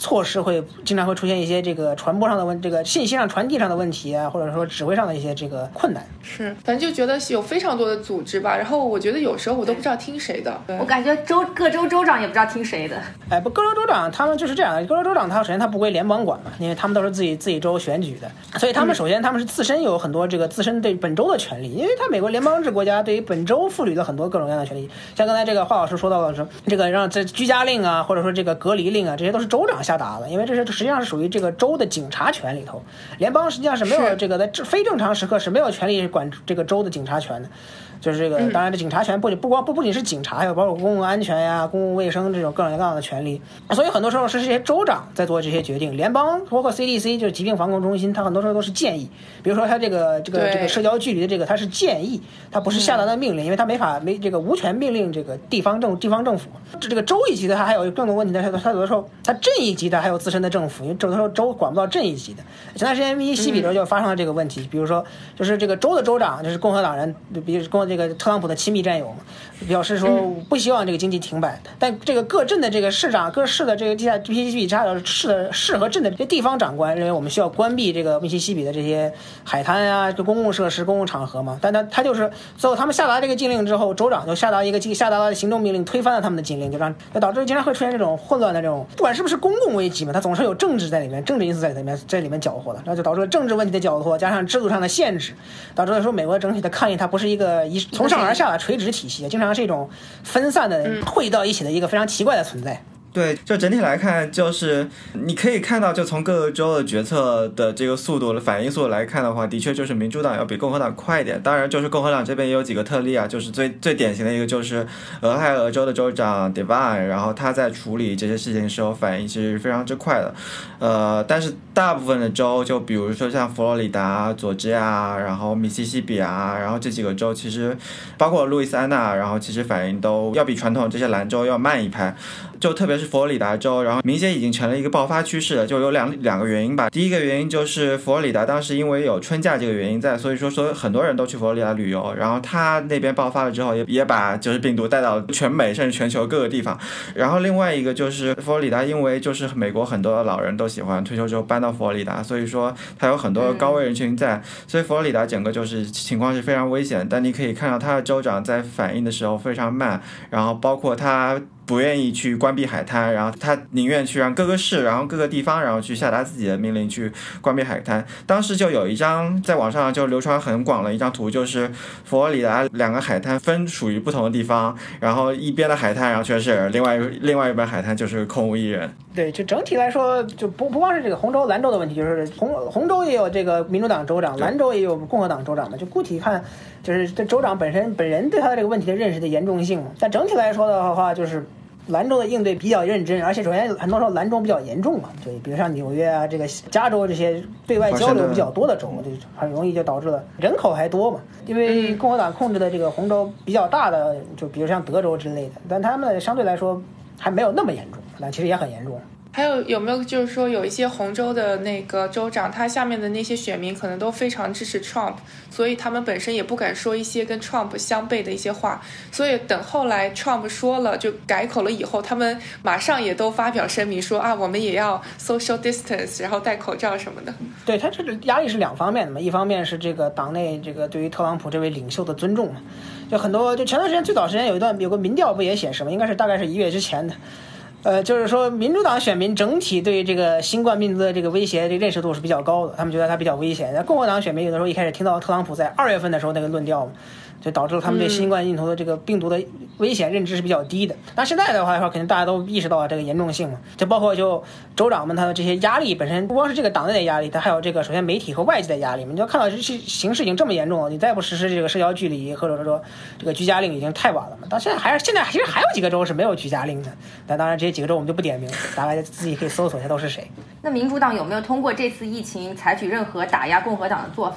措施会经常会出现一些这个传播上的这个信息上传递上的问题啊，或者说指挥上的一些这个困难。 是，反正就觉得有非常多的组织吧，然后我觉得有时候我都不知道听谁的。 我感觉各州州长也不知道听谁的。 不，各州州长他们就是这样，各州州长他首先他不归联邦管嘛，因为他们都是自己州选举的，所以他们首先他们是自身有很多这个自身对本州的权利，因为他美国联邦制国家对于本州赋予了很多各种各样的权利，像刚才这个华老师说到的是这个让这居家令啊，或者说这个隔离令啊，这些都是州长下达的，因为这是实际上是属于这个州的警察权里头，联邦实际上是没有这个在非正常时刻是没有权利管这个州的警察权的。就是这个，当然这警察权不仅是警察，还有包括公共安全呀、公共卫生这种各种各样的权利。所以很多时候是这些州长在做这些决定，联邦包括 CDC 就是疾病防控中心，它很多时候都是建议。比如说它这个社交距离的这个，它是建议，它不是下达的命令，因为它没这个无权命令这个地方政府。这个州一级的它还有更多问题，它有的时候它镇一级的还有自身的政府，因为有的时候州管不到镇一级的。前段时间密西西比州就发生了这个问题，比如说就是这个州的州长就是共和党人，比如跟这个特朗普的亲密战友嘛，表示说不希望这个经济停摆，但这个各镇的这个市长、各市的这个地下密西西比市和镇的这些地方长官认为我们需要关闭这个密西西比的这些海滩啊、公共设施、公共场合嘛，但他就是最后他们下达这个禁令之后，州长就下达了行动命令，推翻了他们的禁令，就导致经常会出现这种混乱的这种，不管是不是公共危机嘛，它总是有政治在里面，政治因素在里面搅和的，然后就导致了政治问题的搅和，加上制度上的限制，导致了说美国整体的抗议它不是一个从上而下的垂直体系，经常是一种分散的汇到一起的一个非常奇怪的存在。 对，就整体来看，就是你可以看到，就从各个州的决策的这个速度、反应速度来看的话，的确就是民主党要比共和党快一点。当然，就是共和党这边也有几个特例啊，就是最典型的一个就是俄亥俄州的州长 Devine， 然后他在处理这些事情的时候反应其实是非常之快的。但是大部分的州，就比如说像佛罗里达、佐治亚，然后密西西比啊，然后这几个州其实包括路易斯安那，然后其实反应都要比传统这些蓝州要慢一拍。就特别是佛罗里达州，然后明显已经成了一个爆发趋势了，就有两个原因吧。第一个原因就是佛罗里达当时因为有春假这个原因在，所以说很多人都去佛罗里达旅游，然后他那边爆发了之后也把就是病毒带到全美甚至全球各个地方。然后另外一个就是佛罗里达，因为就是美国很多的老人都喜欢退休之后搬到佛罗里达，所以说它有很多高危人群在，所以佛罗里达整个就是情况是非常危险。但你可以看到他的州长在反应的时候非常慢，然后包括他不愿意去关闭海滩，然后他宁愿去让各个市，然后各个地方，然后去下达自己的命令去关闭海滩。当时就有一张在网上就流传很广的一张图，就是佛罗里达两个海滩分属于不同的地方，然后一边的海滩然后全是人，另外一边海滩就是空无一人。 对，就整体来说，就不光是这个红州蓝州的问题，就是红州也有这个民主党州长，蓝州也有共和党州长嘛，就具体看就是这州长本人对他的这个问题的认识的严重性嘛。但整体来说的话，就是兰州的应对比较认真，而且首先很多时候兰州比较严重嘛，就比如像纽约啊、这个加州这些对外交流比较多的州，就很容易就导致了人口还多嘛。因为共和党控制的这个红州比较大的，就比如像德州之类的，但他们相对来说还没有那么严重，但其实也很严重。 还有没有就是说有一些红州的那个州长，他下面的那些选民可能都非常支持 Trump， 所以他们本身也不敢说一些跟 Trump 相悖的一些话，所以等后来 Trump 说了就改口了以后，他们马上也都发表声明说啊，我们也要 social distance， 然后戴口罩什么的。 对，他这个压力是两方面的嘛，一方面是这个党内这个对于特朗普这位领袖的尊重嘛，就很多就前段时间最早时间有个民调不也显示嘛，应该是大概是1月之前的。就是说民主党选民整体对这个新冠病毒的这个威胁这个认识度是比较高的，他们觉得它比较危险。共和党选民有的时候一开始听到特朗普在2月份的时候那个论调嘛，就导致了他们对新冠病毒的这个病毒的危险认知是比较低的。但现在的话肯定大家都意识到了这个严重性嘛，就包括就州长们他的这些压力本身不光是这个党内的压力，他还有这个首先媒体和外界的压力。你就看到这形势已经这么严重了，你再不实施这个社交距离或者说这个居家令已经太晚了嘛。但现在其实还有几个州是没有居家令的，但当然这些几个州我们就不点名，大家自己可以搜索一下都是谁。 那民主党有没有通过这次疫情采取任何打压共和党的做法？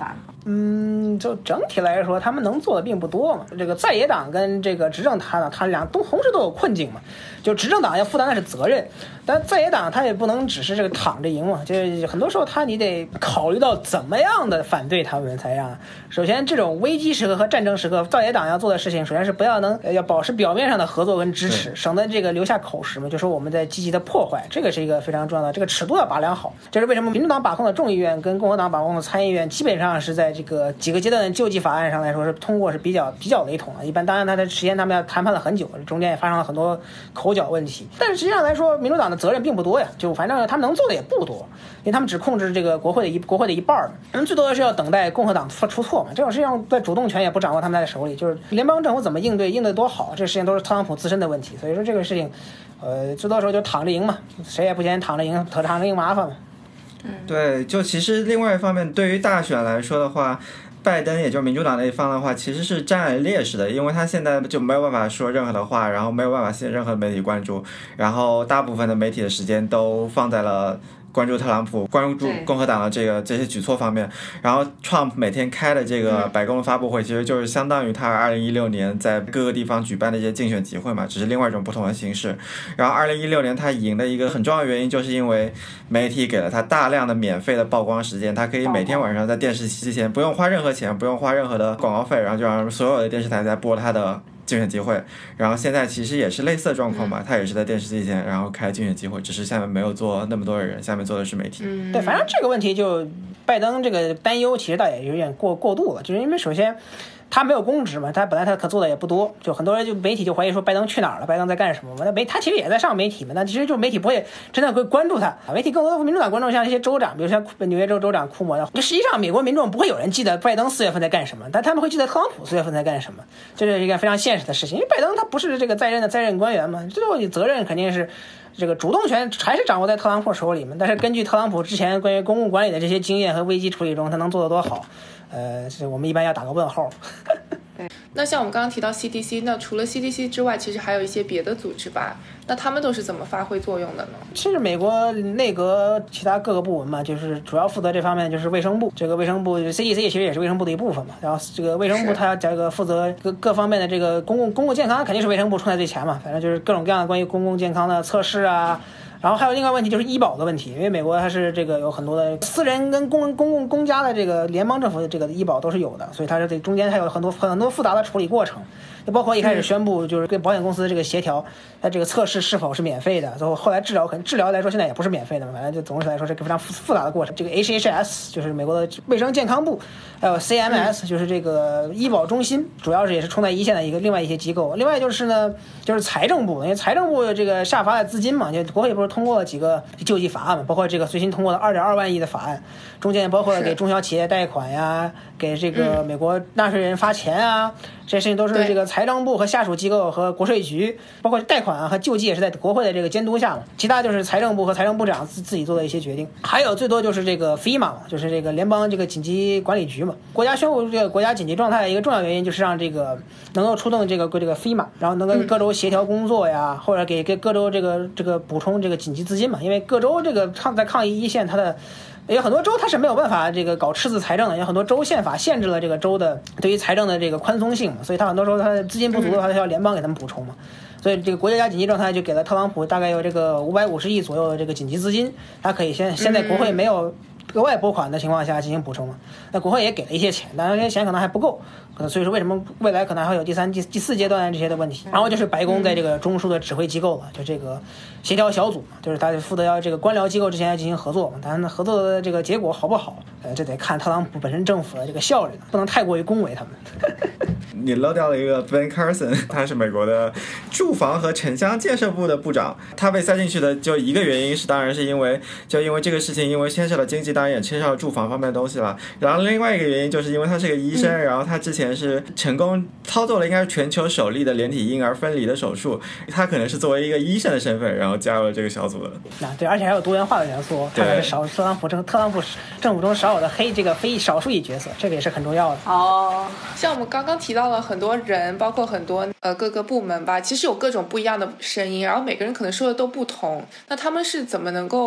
就整体来说，他们能做的并不多嘛。这个在野党跟这个执政党，他俩同时都有困境嘛。就执政党要负担的是责任，但在野党他也不能只是这个躺着赢嘛。就是很多时候你得考虑到怎么样的反对他们才让。首先，这种危机时刻和战争时刻，在野党要做的事情，首先是要保持表面上的合作跟支持，省得这个留下口实嘛，就说我们在积极的破坏，这个是一个非常重要的，这个尺度要把量好。这是为什么民主党把控的众议院跟共和党把控的参议院基本上是在这个几个阶段的救济法案上来说是通过是比较雷同的。一般当然他的时间他们要谈判了很久，中间也发生了很多口角问题，但是实际上来说，民主党的责任并不多呀，就反正他们能做的也不多，因为他们只控制这个国会的一半，他们最多的是要等待共和党出错嘛。这种事情在主动权也不掌握他们在手里，就是联邦政府怎么应对多好，这个事情都是特朗普自身的问题。所以说这个事情，最多时候就躺着赢嘛，谁也不嫌躺着赢麻烦嘛。 对，就其实另外一方面，对于大选来说的话，拜登也就是民主党那一方的话，其实是占劣势的，因为他现在就没有办法说任何的话，然后没有办法吸引任何媒体关注，然后大部分的媒体的时间都放在了关注特朗普、关注共和党的这些举措方面。然后 Trump 每天开的这个白宫的发布会，其实就是相当于他2016年在各个地方举办的一些竞选集会嘛，只是另外一种不同的形式。然后2016年他赢的一个很重要的原因，就是因为媒体给了他大量的免费的曝光时间，他可以每天晚上在电视机前不用花任何钱，不用花任何的广告费，然后就让所有的电视台在播他的竞选集会。然后现在其实也是类似的状况嘛，他也是在电视机前然后开竞选集会，只是下面没有坐那么多的人，下面坐的是媒体。 对，反正这个问题就拜登这个担忧其实倒也有点过度了，就是因为首先他没有公职嘛，他本来他可做的也不多，就很多人媒体就怀疑说拜登去哪儿了，拜登在干什么嘛？他其实也在上媒体嘛，但其实就媒体不会真的会关注他，媒体更多的民主党观众像一些州长，比如像纽约州州长库莫，就实际上美国民众不会有人记得拜登4月份在干什么，但他们会记得特朗普4月份在干什么，这是一个非常现实的事情。因为拜登他不是这个在任官员嘛，最后责任肯定是这个主动权还是掌握在特朗普手里面，但是根据特朗普之前关于公共管理的这些经验和危机处理中，他能做得多好，我们一般要打个问号。 对，那像我们刚刚提到 CDC， 那除了 CDC 之外，其实还有一些别的组织吧？那他们都是怎么发挥作用的呢？ 其实美国内阁其他各个部门嘛，就是主要负责这方面就是卫生部，这个卫生部 CDC 其实也是卫生部的一部分嘛。然后这个卫生部它这个负责各方面的这个公共健康，肯定是卫生部冲在最前嘛。反正就是各种各样的关于公共健康的测试啊。然后还有另外问题就是医保的问题，因为美国它是这个有很多的私人跟公家的这个联邦政府的这个医保都是有的，所以它是这中间还有很多复杂的处理过程，就包括一开始宣布就是跟保险公司这个协调，它这个测试是否是免费的，最后来治疗来说现在也不是免费的嘛，反正就总体来说是个非常复杂的过程。这个 HHS 就是美国的卫生健康部，还有 CMS 就是这个医保中心，主要是也是冲在一线的另外一些机构。另外就是呢，就是财政部，因为财政部这个下发的资金嘛，就国会不是通过了几个救济法案嘛，包括这个最新通过的2.2万亿的法案，中间也包括了给中小企业贷款呀，给这个美国纳税人发钱啊，这些事情都是这个财政部和下属机构和国税局，包括贷款和救济也是在国会的这个监督下嘛。其他就是财政部和财政部长自己做的一些决定，还有最多就是这个 FEMA 嘛，就是这个联邦这个紧急管理局嘛。国家宣布这个国家紧急状态的一个重要原因就是让这个能够出动这个FEMA， 然后能跟各州协调工作呀，或者给各州这个补充这个紧急资金嘛。因为各州这个在抗疫一线，它的有很多州它是没有办法这个搞赤字财政的，有很多州宪法限制了这个州的对于财政的这个宽松性嘛，所以它很多时候它的资金不足的话，它需要联邦给他们补充嘛。所以这个国家紧急状态就给了特朗普大概有这个550亿左右的这个紧急资金，他可以现在国会没有额外拨款的情况下进行补充嘛。那国会也给了一些钱，但是这些钱可能还不够，所以说为什么未来可能还会有第3、第4阶段这些的问题。然后就是白宫在这个中枢的指挥机构了，就这个协调小组嘛，就是他负责要这个官僚机构之前要进行合作嘛，但是合作的这个结果好不好，这得看特朗普本身政府的这个效率，不能太过于恭维他们。 你漏掉了一个 Ben Carson， 他是美国的住房和城乡建设部的部长，他被塞进去的就一个原因是，当然是因为这个事情，因为牵涉了经济，当然也牵涉了住房方面的东西了。然后另外一个原因就是因为他是个医生，然后他之前是成功操作了应该是全球首例的连体婴儿分离的手术，他可能是作为一个医生的身份，然后加入了这个小组的。 对，而且还有多元化的元素，他还是特朗普政府中少有的非少数裔角色，这个也是很重要的。 像我们刚刚提到了很多人，包括很多各个部门吧，其实有各种不一样的声音，然后每个人可能说的都不同，那他们是怎么能够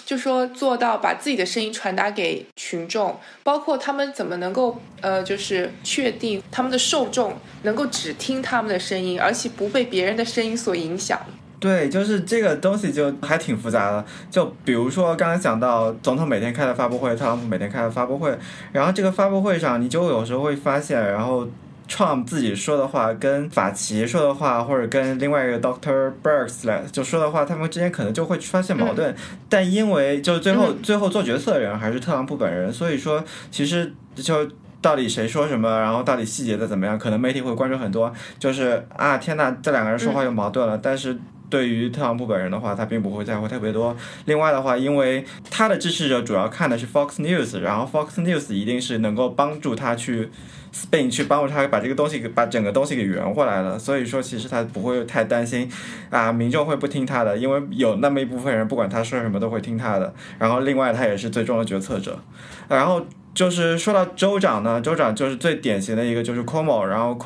就说做到把自己的声音传达给群众，包括他们怎么能够就是确定他们的受众能够只听他们的声音，而且不被别人的声音所影响。 对，就是这个东西就还挺复杂的。就比如说刚才讲到总统每天开的发布会，特朗普每天开的发布会，然后这个发布会上你就有时候会发现，然后Trump 自己说的话跟法奇说的话，或者跟另外一个 Dr. Birx 来就说的话，他们之间可能就会发现矛盾，但因为就最后做决策的人还是特朗普本人，所以说其实就到底谁说什么，然后到底细节的怎么样，可能媒体会关注很多，就是啊天哪，这两个人说话有矛盾了，但是对于特朗普本人的话，他并不会在乎特别多。另外的话，因为他的支持者主要看的是 Fox News， 然后 Fox News 一定是能够帮助他去 spin， 去帮助他把这个东西把整个东西给圆回来了。所以说，其实他不会太担心啊，民众会不听他的，因为有那么一部分人不管他说什么都会听他的。然后另外他也是最终的决策者。然后就是说到州长呢，州长就是最典型的一个就是 Cuomo， 然后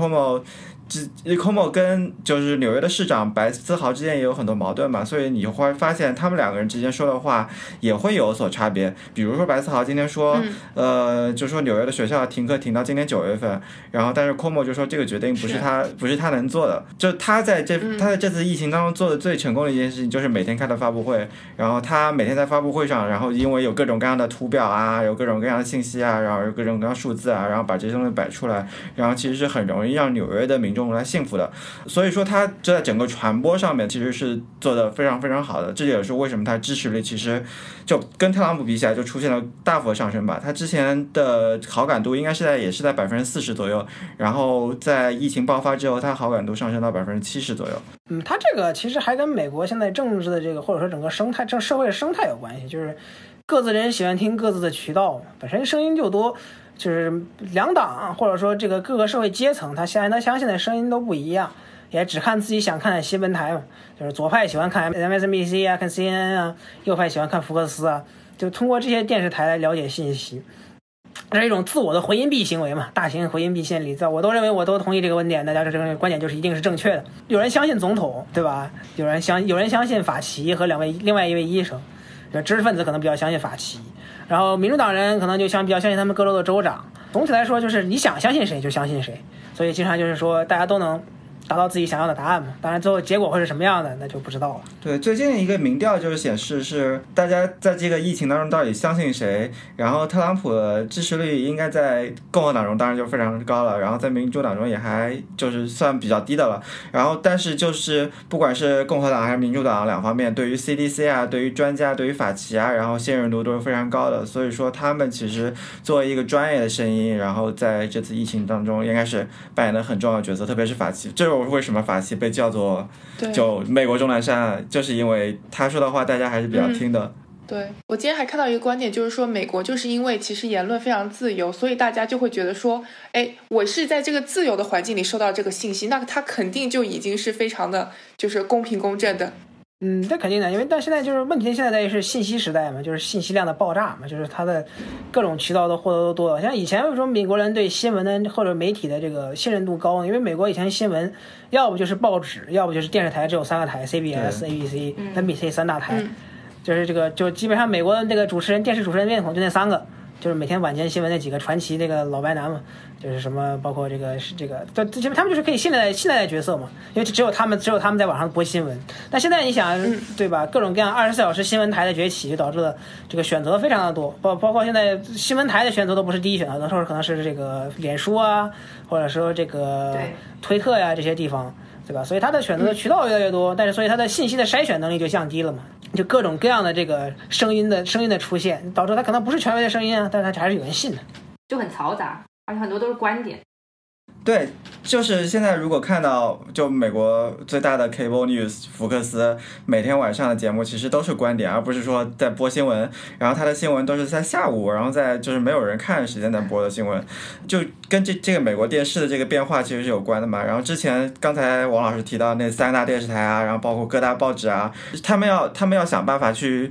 Cuomo 跟就是纽约的市长白思豪之间也有很多矛盾嘛，所以你会发现他们两个人之间说的话也会有所差别。比如说白思豪今天说，就说纽约的学校停课停到今年9月份，然后但是 Cuomo 就说这个决定不是他能做的。就他在这次疫情当中做的最成功的一件事情就是每天开的发布会，然后他每天在发布会上，然后因为有各种各样的图表啊，有各种各样的信息啊，然后有各种各样的数字啊，然后把这些东西摆出来，然后其实是很容易让纽约的民众来信服的。所以说他在整个传播上面其实是做得非常非常好的，这也是为什么他支持率其实就跟特朗普比起来就出现了大幅的上升吧。他之前的好感度应该也是在40%左右，然后在疫情爆发之后他好感度上升到70%左右。 他这个其实还跟美国现在政治的这个或者说整个生态社会生态有关系，就是各自人喜欢听各自的渠道，本身声音就多，就是两党或者说这个各个社会阶层他相信的声音都不一样，也只看自己想看的新闻台嘛，就是左派喜欢看 MSNBC 啊，看 CNN 啊，右派喜欢看福克斯啊，就通过这些电视台来了解信息，这是一种自我的回音壁行为嘛，大型回音壁线里，我都认为我都同意这个观点，大家这个观点就是一定是正确的。有人相信总统，对吧？有人相信法奇和另外一位医生，知识分子可能比较相信法奇，然后民主党人可能就比较相信他们各州的州长。总体来说就是你想相信谁就相信谁，所以经常就是说大家都能达到自己想要的答案嘛，当然最后结果会是什么样的那就不知道了。 对，最近的一个民调就是显示是大家在这个疫情当中到底相信谁，然后特朗普的支持率应该在共和党中当然就非常高了，然后在民主党中也还就是算比较低的了，然后但是就是不管是共和党还是民主党两方面对于 CDC 啊，对于专家，对于法奇啊，然后信任度都是非常高的，所以说他们其实作为一个专业的声音，然后在这次疫情当中应该是扮演了很重要的角色，特别是法奇，这是为什么法奇被叫做就美国钟南山，就是因为他说的话大家还是比较听的。 对，我今天还看到一个观点，就是说美国就是因为其实言论非常自由，所以大家就会觉得说，哎，我是在这个自由的环境里收到这个信息，那他肯定就已经是非常的就是公平公正的。 这肯定的，因为但现在就是问题，现在是信息时代嘛，就是信息量的爆炸嘛，就是它的各种渠道都获得都多了。像以前为什么美国人对新闻的或者媒体的这个信任度高呢？因为美国以前新闻要不就是报纸，要不就是电视台，只有3个台 ，CBS、ABC、NBC 3大台，就是这个就基本上美国的那个电视主持人面孔就那3个。就是每天晚间新闻那几个传奇那个老白男嘛，就是什么包括这个他们就是可以信赖的角色嘛，因为只有他们在网上播新闻。但现在你想，对吧？各种各样24小时新闻台的崛起，就导致了这个选择非常的多，包括现在新闻台的选择都不是第一选择，有时候可能是这个脸书啊，或者说这个推特呀这些地方。对吧？所以它的选择的渠道越来越多，但是所以它的信息的筛选能力就降低了嘛，就各种各样的这个声音的出现，导致它可能不是权威的声音啊，但是它还是有人信的， 就很嘈杂，而且很多都是观点。 对，就是现在如果看到就美国最大的 cable news 福克斯每天晚上的节目其实都是观点，而不是说在播新闻，然后他的新闻都是在下午，然后在就是没有人看的时间在播的新闻，就跟这个美国电视的这个变化其实是有关的嘛。然后之前刚才王老师提到那3大电视台啊，然后包括各大报纸啊，他们要想办法去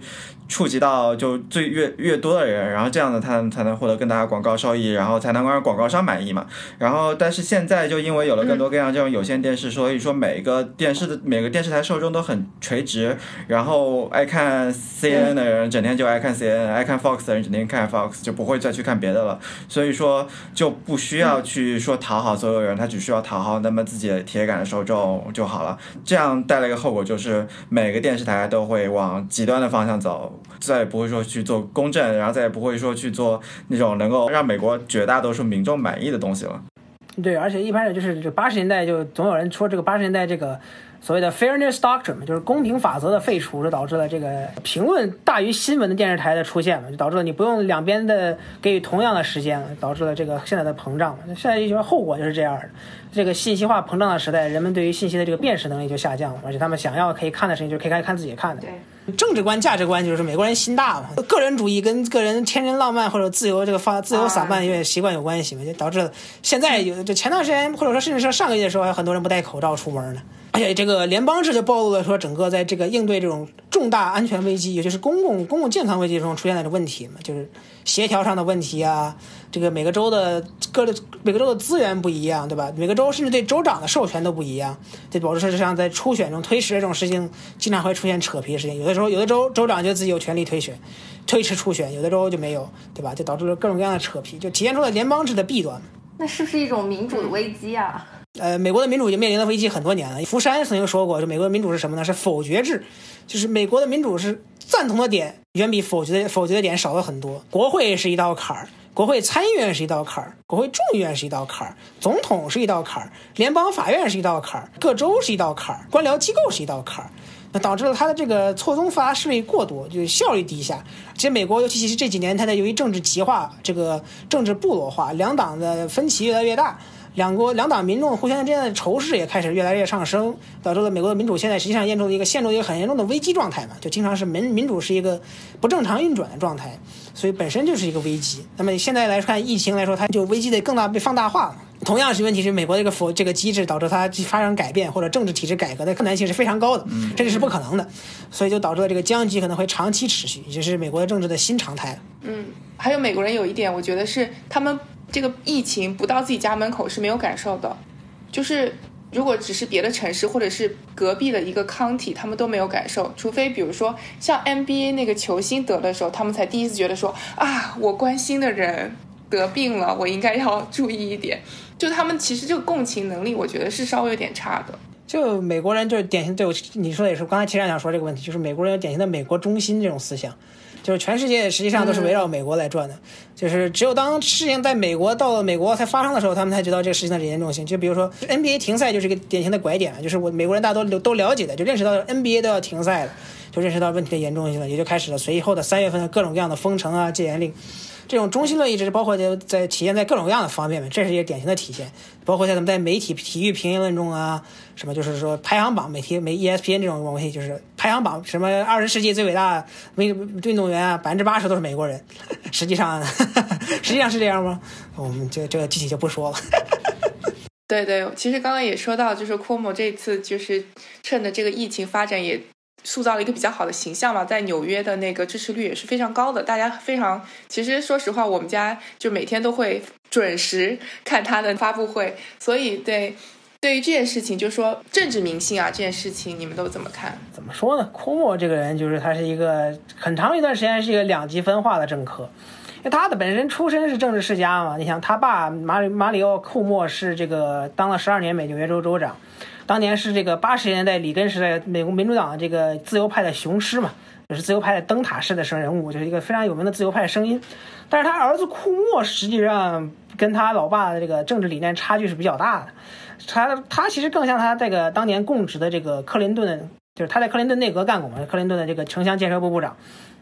触及到就越多的人，然后这样的他才能获得更大的广告收益，然后才能让广告商满意嘛。然后但是现在就因为有了更多各样这种有线电视，所以说每个电视台受众都很垂直，然后爱看 CNN 的人整天就爱看 CNN， 爱看 Fox 的人整天看 Fox， 就不会再去看别的了。所以说就不需要去说讨好所有人，他只需要讨好那么自己的铁杆的受众就好了。这样带来一个后果就是每个电视台都会往极端的方向走，再也不会说去做公正，然后再也不会说去做那种能够让美国绝大多数民众满意的东西了。 对，而且一般就是这80年代就总有人说这个80年代这个所谓的 fairness doctrine 嘛，就是公平法则的废除，就导致了这个评论大于新闻的电视台的出现嘛，就导致了你不用两边的给予同样的时间了，导致了这个现在的膨胀嘛。现在一些后果就是这样的，这个信息化膨胀的时代，人们对于信息的这个辨识能力就下降了，而且他们想要可以看的事情就可以看自己看的。 对。 政治观价值观就是美国人心大嘛，个人主义跟个人天真浪漫或者自由自由散漫有点习惯有关系嘛，就导致现在就前段时间或者说甚至是上个月的时候还有很多人不戴口罩出门呢。而且这个联邦制就暴露了说整个在这个应对这种重大安全危机，尤其是公共健康危机中出现的问题嘛，就是协调上的问题啊，这个每个州的资源不一样，对吧？每个州甚至对州长的授权都不一样，这导致实际上在初选中推迟这种事情经常会出现扯皮的事情。有的时候有的州长就自己有权利推迟初选，有的州就没有，对吧？就导致了各种各样的扯皮，就体现出了联邦制的弊端。 那是不是一种民主的危机啊？ 美国的民主已经面临了危机很多年了。福山曾经说过，就美国的民主是什么呢？是否决制，就是美国的民主是赞同的点远比否决的点少了很多。国会是一道坎儿，国会参议院是一道坎儿，国会众议院是一道坎儿，总统是一道坎儿，联邦法院是一道坎儿，各州是一道坎儿，官僚机构是一道坎儿。那导致了它的这个错综复杂势力过多，就是效率低下。其实美国尤其是这几年，它的由于政治极化，这个政治部落化，两党的分歧越来越大，两党民众互相之间的仇视也开始越来越上升，导致了美国的民主现在实际上陷入一个很严重的危机状态嘛，就经常是民主是一个不正常运转的状态，所以本身就是一个危机。那么现在来看疫情来说，它就危机的更大被放大化了。同样是问题是美国这个机制导致它发生改变或者政治体制改革的困难性是非常高的，这个是不可能的，所以就导致了这个僵局可能会长期持续，也就是美国的政治的新常态。 还有美国人有一点，我觉得是他们这个疫情不到自己家门口是没有感受的，就是如果只是别的城市或者是隔壁的一个 county， 他们都没有感受，除非比如说像 NBA 那个球星得的时候，他们才第一次觉得说啊，我关心的人得病了，我应该要注意一点。就他们其实这个共情能力我觉得是稍微有点差的。 就美国人就是典型，对，你说的也是，刚才其实想说这个问题，就是美国人有典型的美国中心这种思想，就是全世界实际上都是围绕美国来转的，就是只有当事情在美国到了美国才发生的时候，他们才知道这个事情的严重性。就比如说 NBA 停赛就是一个典型的拐点，就是美国人大家都了解的，就认识到 NBA 都要停赛了，就认识到问题的严重性了，也就开始了随后的3月份的各种各样的封城啊、戒严令。这种中心论一直包括在体现在各种各样的方面，这是一个典型的体现。包括像咱们在媒体体育评论中啊，什么就是说排行榜ESPN 这种东西，就是排行榜什么20世纪最伟大运动员啊，80%都是美国人。实际上是这样吗？我们这个具体就不说了。 对对，其实刚刚也说到，就是 Cuomo 这次就是趁着这个疫情发展也塑造了一个比较好的形象嘛，在纽约的那个支持率也是非常高的，大家非常，其实说实话我们家就每天都会准时看他的发布会，所以对于这件事情，就是说政治明星啊这件事情你们都怎么看？ 怎么说呢，Cuomo这个人就是他是一个很长一段时间是一个两极分化的政客，因为他的本身出身是政治世家嘛，你想他爸马里奥·库莫是这个当了12年纽约州州长，当年是这个80年代里根时代美国民主党的这个自由派的雄狮嘛，就是自由派的灯塔式的人物，就是一个非常有名的自由派声音。但是他儿子库莫实际上跟他老爸的这个政治理念差距是比较大的，他其实更像他这个当年供职的这个克林顿，就是他在克林顿内阁干过嘛，克林顿的这个城乡建设部部长。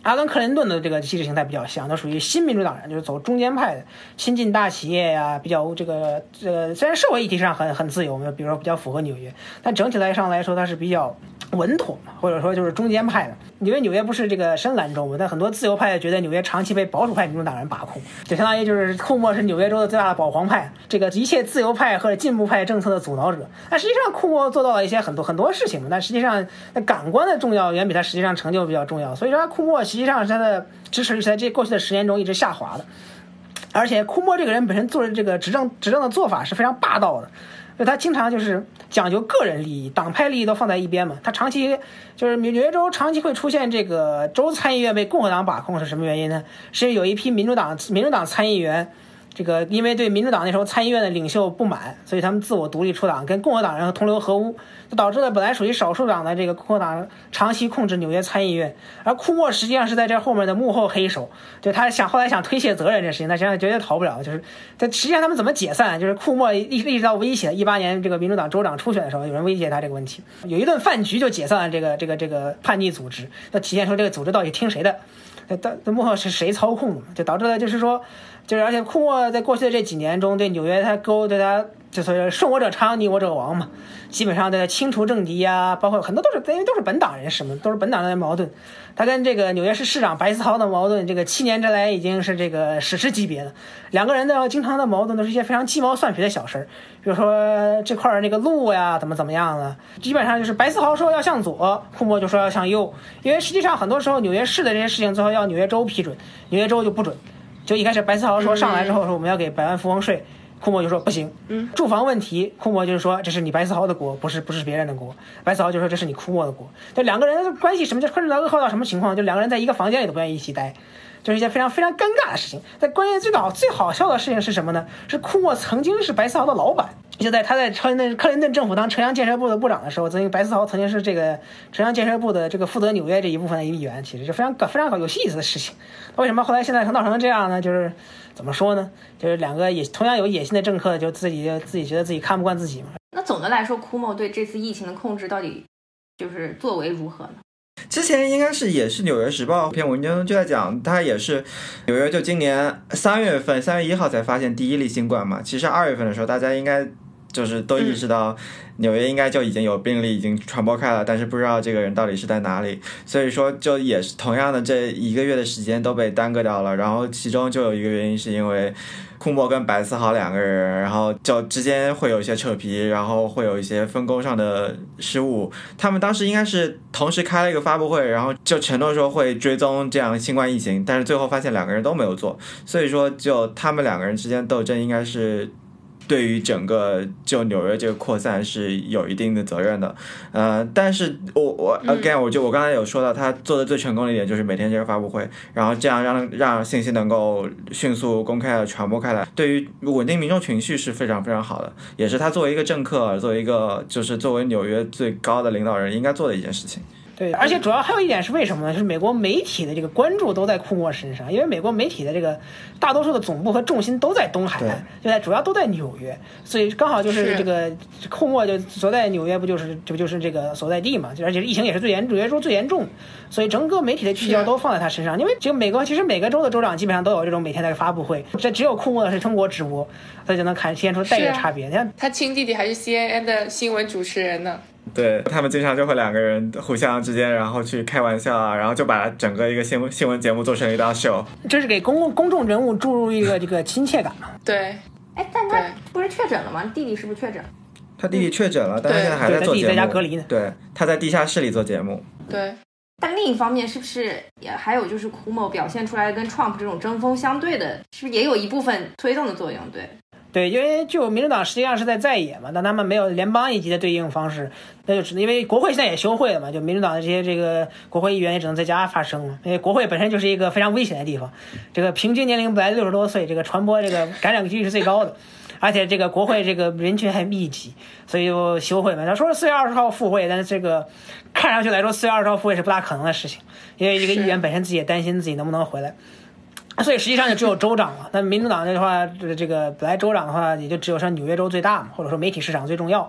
他跟克林顿的这个意识形态比较像，都属于新民主党人，就是走中间派的，亲近大企业呀，比较这个虽然社会议题上很自由，比如说比较符合纽约，但整体上来说它是比较稳妥嘛，或者说就是中间派的。因为纽约不是这个深蓝州嘛，但很多自由派觉得纽约长期被保守派民主党人把控，就相当于就是库莫是纽约州的最大的保皇派，这个一切自由派或者进步派政策的阻挠者。但实际上库莫做到了一些很多事情嘛，但实际上感官的重要远比他实际上成就比较重要，所以说库莫实际上是他的支持率在这过去的10年中一直下滑的。而且库莫这个人本身做的这个执政的做法是非常霸道的，就他经常就是讲究个人利益，党派利益都放在一边嘛。他长期就是纽约州长期会出现这个州参议院被共和党把控，是什么原因呢？是有一批民主党参议员，这个因为对民主党那时候参议院的领袖不满，所以他们自我独立出党，跟共和党人同流合污，就导致了本来属于少数党的这个共和党长期控制纽约参议院。而库莫实际上是在这后面的幕后黑手，就他后来想推卸责任这事情，他实际上绝对逃不了。就是实际上他们怎么解散，就是库莫一直到威胁18年这个民主党州长初选的时候，有人威胁他这个问题，有一顿饭局就解散了这个叛逆组织，要体现出这个组织到底听谁的，幕后是谁操控的嘛，就导致了就是说。而且库莫在过去的这几年中对纽约对他就是顺我者昌逆我者亡嘛，基本上对他清除政敌啊，包括很多因为都是本党人士嘛，都是本党人的矛盾。他跟这个纽约市市长白思豪的矛盾，这个7年之来已经是这个史诗级别的。两个人的经常的矛盾都是一些非常鸡毛蒜皮的小事，比如说这块那个路呀怎么样了，基本上就是白思豪说要向左，库莫就说要向右，因为实际上很多时候纽约市的这些事情最后要纽约州批准，纽约州就不准。就一开始白思豪说上来之后说我们要给100万富翁税，库莫就说不行。住房问题，库莫就是说这是你白思豪的国，不是别人的国。白思豪就说这是你库莫的国。就两个人的关系什么就困难恶化到什么情况，就两个人在一个房间里都不愿意一起待，就是一件非常非常尴尬的事情。但关键最好笑的事情是什么呢？是库莫曾经是白思豪的老板，就在他在克林顿政府当城乡建设部的部长的时候，白思豪曾经是这个城乡建设部的这个负责纽约这一部分的一员，其实是非常有意思的事情。为什么后来现在闹成这样呢？就是怎么说呢？就是两个也同样有野心的政客，就自己觉得自己看不惯自己嘛。 那总的来说，库莫对这次疫情的控制到底就是作为如何呢？ 之前应该也是《纽约时报》篇文章就在讲，他也是纽约就今年3月1号才发现第一例新冠嘛。其实2月份的时候，大家应该就是都意识到纽约应该就已经有病例已经传播开了，但是不知道这个人到底是在哪里，所以说就也是同样的这1个月的时间都被耽搁掉了。然后其中就有一个原因是因为库莫跟白思豪两个人，然后就之间会有一些扯皮，然后会有一些分工上的失误。他们当时应该是同时开了一个发布会，然后就承诺说会追踪这样新冠疫情，但是最后发现两个人都没有做，所以说就他们两个人之间斗争应该是对于整个就纽约这个扩散是有一定的责任的。但是我刚才有说到他做的最成功的一点就是每天这个发布会，然后这样让信息能够迅速公开的传播开来，对于稳定民众情绪是非常非常好的，也是他作为一个政客，作为纽约最高的领导人应该做的一件事情。 对，而且主要还有一点是为什么呢？就是美国媒体的这个关注都在库莫身上，因为美国媒体的这个大多数的总部和重心都在东海岸，主要都在纽约，所以刚好就是这个库莫就所在纽约，不就是这个所在地嘛？而且疫情也是纽约州最严重，所以整个媒体的聚焦都放在他身上。因为这个美国其实每个州的州长基本上都有这种每天的发布会，这只有库莫是中国直播，所以就能体现出待遇差别。你看他亲弟弟还是 CNN 的新闻主持人呢。 对，他们经常就会两个人互相之间然后去开玩笑啊，然后就把整个一个新闻节目做成一档秀， 这是给公众人物注入一个这个亲切感嘛。 对， 但他不是确诊了吗？弟弟是不是确诊？ 他弟弟确诊了，但是现在还在做节目， 在家隔离呢。 对，他在地下室里做节目。 对， 但另一方面，是不是也还有就是库莫表现出来跟 Trump 这种针锋相对的，是不是也有一部分推动的作用？ 对，因为就民主党实际上是在野嘛，但他们没有联邦一级的对应方式，那就只能因为国会现在也休会了嘛，就民主党的这个国会议员也只能在家发声了，因为国会本身就是一个非常危险的地方，这个平均年龄本来60多岁，这个传播这个感染几率是最高的，而且这个国会这个人群还密集，所以就休会嘛。他说是4月20号复会，但是这个看上去来说4月20号复会是不大可能的事情，因为这个议员本身自己也担心自己能不能回来。所以实际上就只有州长了，但民主党的话，这个本来州长的话也就只有像纽约州最大嘛，或者说媒体市场最重要，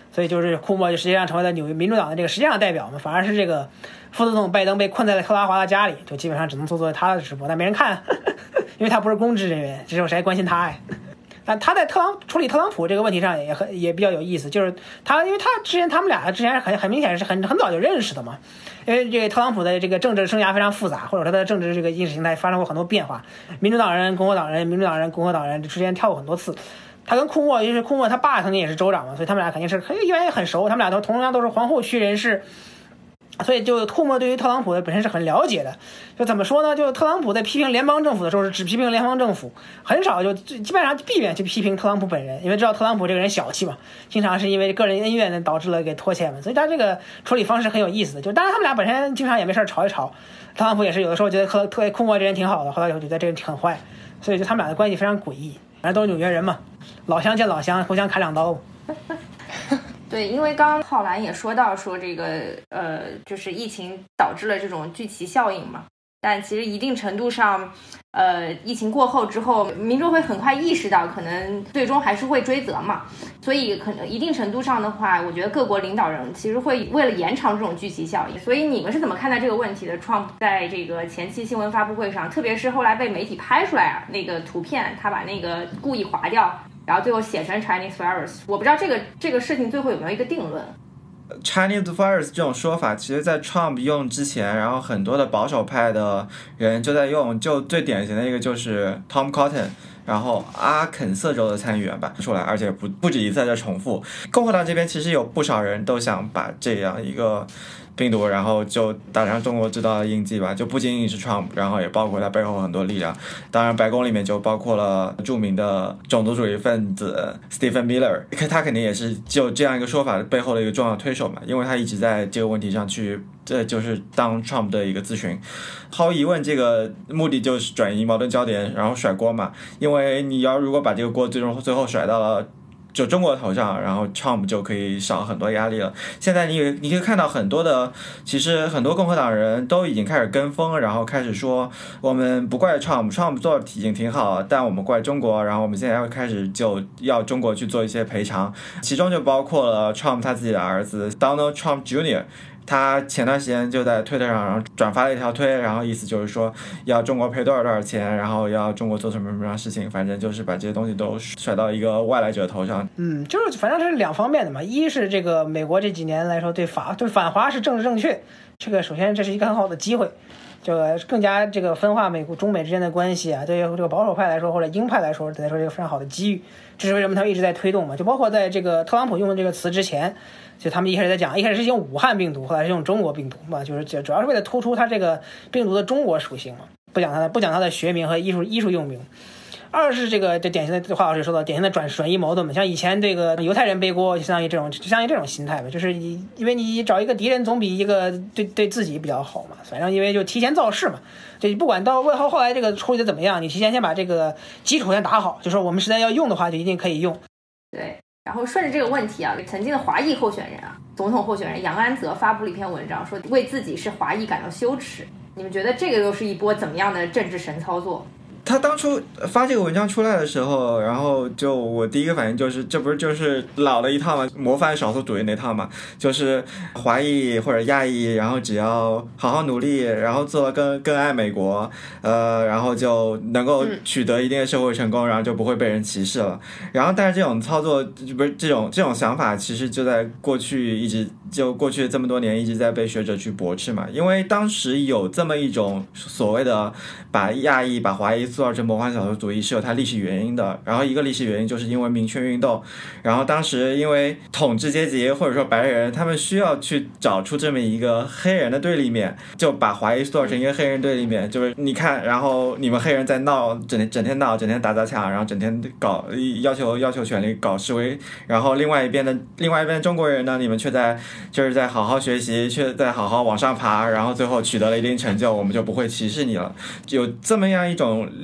所以就是库莫就实际上成为了纽约民主党的这个实际上的代表嘛，反而是这个副总统拜登被困在了特拉华的家里，就基本上只能做他的直播，但没人看，因为他不是公职人员，只有谁关心他呀？但他在处理特朗普这个问题上也比较有意思，就是因为他们俩之前很明显是很早就认识的嘛，因为这个特朗普的这个政治生涯非常复杂，或者说他的政治这个意识形态发生过很多变化，民主党人、共和党人、民主党人、共和党人之间跳过很多次。他跟库莫，就是库莫他爸曾经也是州长嘛，所以他们俩肯定是原来也很熟，他们俩同样都是皇后区人士。所以就库莫对于特朗普的本身是很了解的，就怎么说呢？就特朗普在批评联邦政府的时候是只批评联邦政府，很少就基本上避免去批评特朗普本人，因为知道特朗普这个人小气嘛，经常是因为个人恩怨导致了给拖欠嘛，所以他这个处理方式很有意思的。就当然他们俩本身经常也没事吵一吵，特朗普也是有的时候觉得库莫这人挺好的，后来又觉得这人很坏，所以就他们俩的关系非常诡异。反正都是纽约人嘛，老乡见老乡，互相砍两刀。 对，因为刚刚浩然也说到说这个就是疫情导致了这种聚集效应嘛，但其实一定程度上疫情过后之后，民众会很快意识到可能最终还是会追责嘛，所以可能一定程度上的话，我觉得各国领导人其实会为了延长这种聚集效应。所以你们是怎么看待这个问题的？ Trump 在这个前期新闻发布会上，特别是后来被媒体拍出来那个图片，他把那个故意划掉，然后最后写成 Chinese virus， 我不知道这个事情最后有没有一个定论。 Chinese virus 这种说法，其实在 Trump 用之前，然后很多的保守派的人就在用，就最典型的一个就是 Tom Cotton， 然后阿肯色州的参议员吧出来，而且不止一次在这重复。共和党这边其实有不少人都想把这样一个病毒，然后就打上中国制造的印记吧，就不仅仅是 Trump， 然后也包括他背后很多力量。当然白宫里面就包括了著名的种族主义分子 Stephen Miller， 他肯定也是就这样一个说法背后的一个重要推手嘛，因为他一直在这个问题上去就是当 Trump 的一个咨询。毫无疑问这个目的就是转移矛盾焦点，然后甩锅嘛，因为你如果把这个锅最后甩到了就中国头上，然后 Trump 就可以少很多压力了。现在你可以看到其实很多共和党人都已经开始跟风，然后开始说我们不怪 Trump 做的已经挺好，但我们怪中国，然后我们现在要开始就要中国去做一些赔偿，其中就包括了 Trump 他自己的儿子 Donald Trump Jr.他前段时间就在推特上然后转发了一条推，然后意思就是说要中国赔多少钱，然后要中国做什么事情，反正就是把这些东西都甩到一个外来者头上。 就是反正这是两方面的嘛，一是这个美国这几年来说对反华是政治正确，这个首先这是一个很好的机会，这个更加这个分化中美之间的关系啊，对于这个保守派来说或者鹰派来说这个非常好的机遇，这是为什么他们一直在推动嘛，就包括在这个特朗普用的这个词之前，就他们一开始在讲，一开始是用武汉病毒，后来是用中国病毒嘛，就是主要是为了突出它这个病毒的中国属性嘛，不讲它的学名和艺术用名。二是这典型的华老师说到典型的转移矛盾嘛，像以前这个犹太人背锅，就相当于这种心态嘛，就是因为你找一个敌人总比一个对自己比较好嘛，反正因为就提前造势嘛，就不管到后来这个处理的怎么样，你提前先把这个基础先打好，就说我们实在要用的话就一定可以用。 对，然后顺着这个问题啊，曾经的华裔候选人啊，总统候选人杨安泽发布了一篇文章，说为自己是华裔感到羞耻。你们觉得这个又是一波怎么样的政治神操作？ 他当初发这个文章出来的时候，然后就我第一个反应就是这不是就是老的一套吗？模范少数主义那套嘛，就是华裔或者亚裔，然后只要好好努力，然后做了更爱美国，然后就能够取得一定的社会成功，然后就不会被人歧视了。然后但是这种操作不是这种想法，其实就在过去这么多年一直在被学者去驳斥嘛，因为当时有这么一种所谓的把亚裔把华裔塑造成模范少数主义是有它历史原因的，然后一个历史原因就是因为民权运动，然后当时因为统治阶级或者说白人他们需要去找出这么一个黑人的对立面，就把华裔塑造成一个黑人对立面，就是你看，然后你们黑人在闹，整天闹，整天打抢，然后整天搞要求权利搞示威，然后另外一边的中国人呢，你们却在好好学习，却在好好往上爬，然后最后取得了一定成就，我们就不会歧视你了。有这么样一种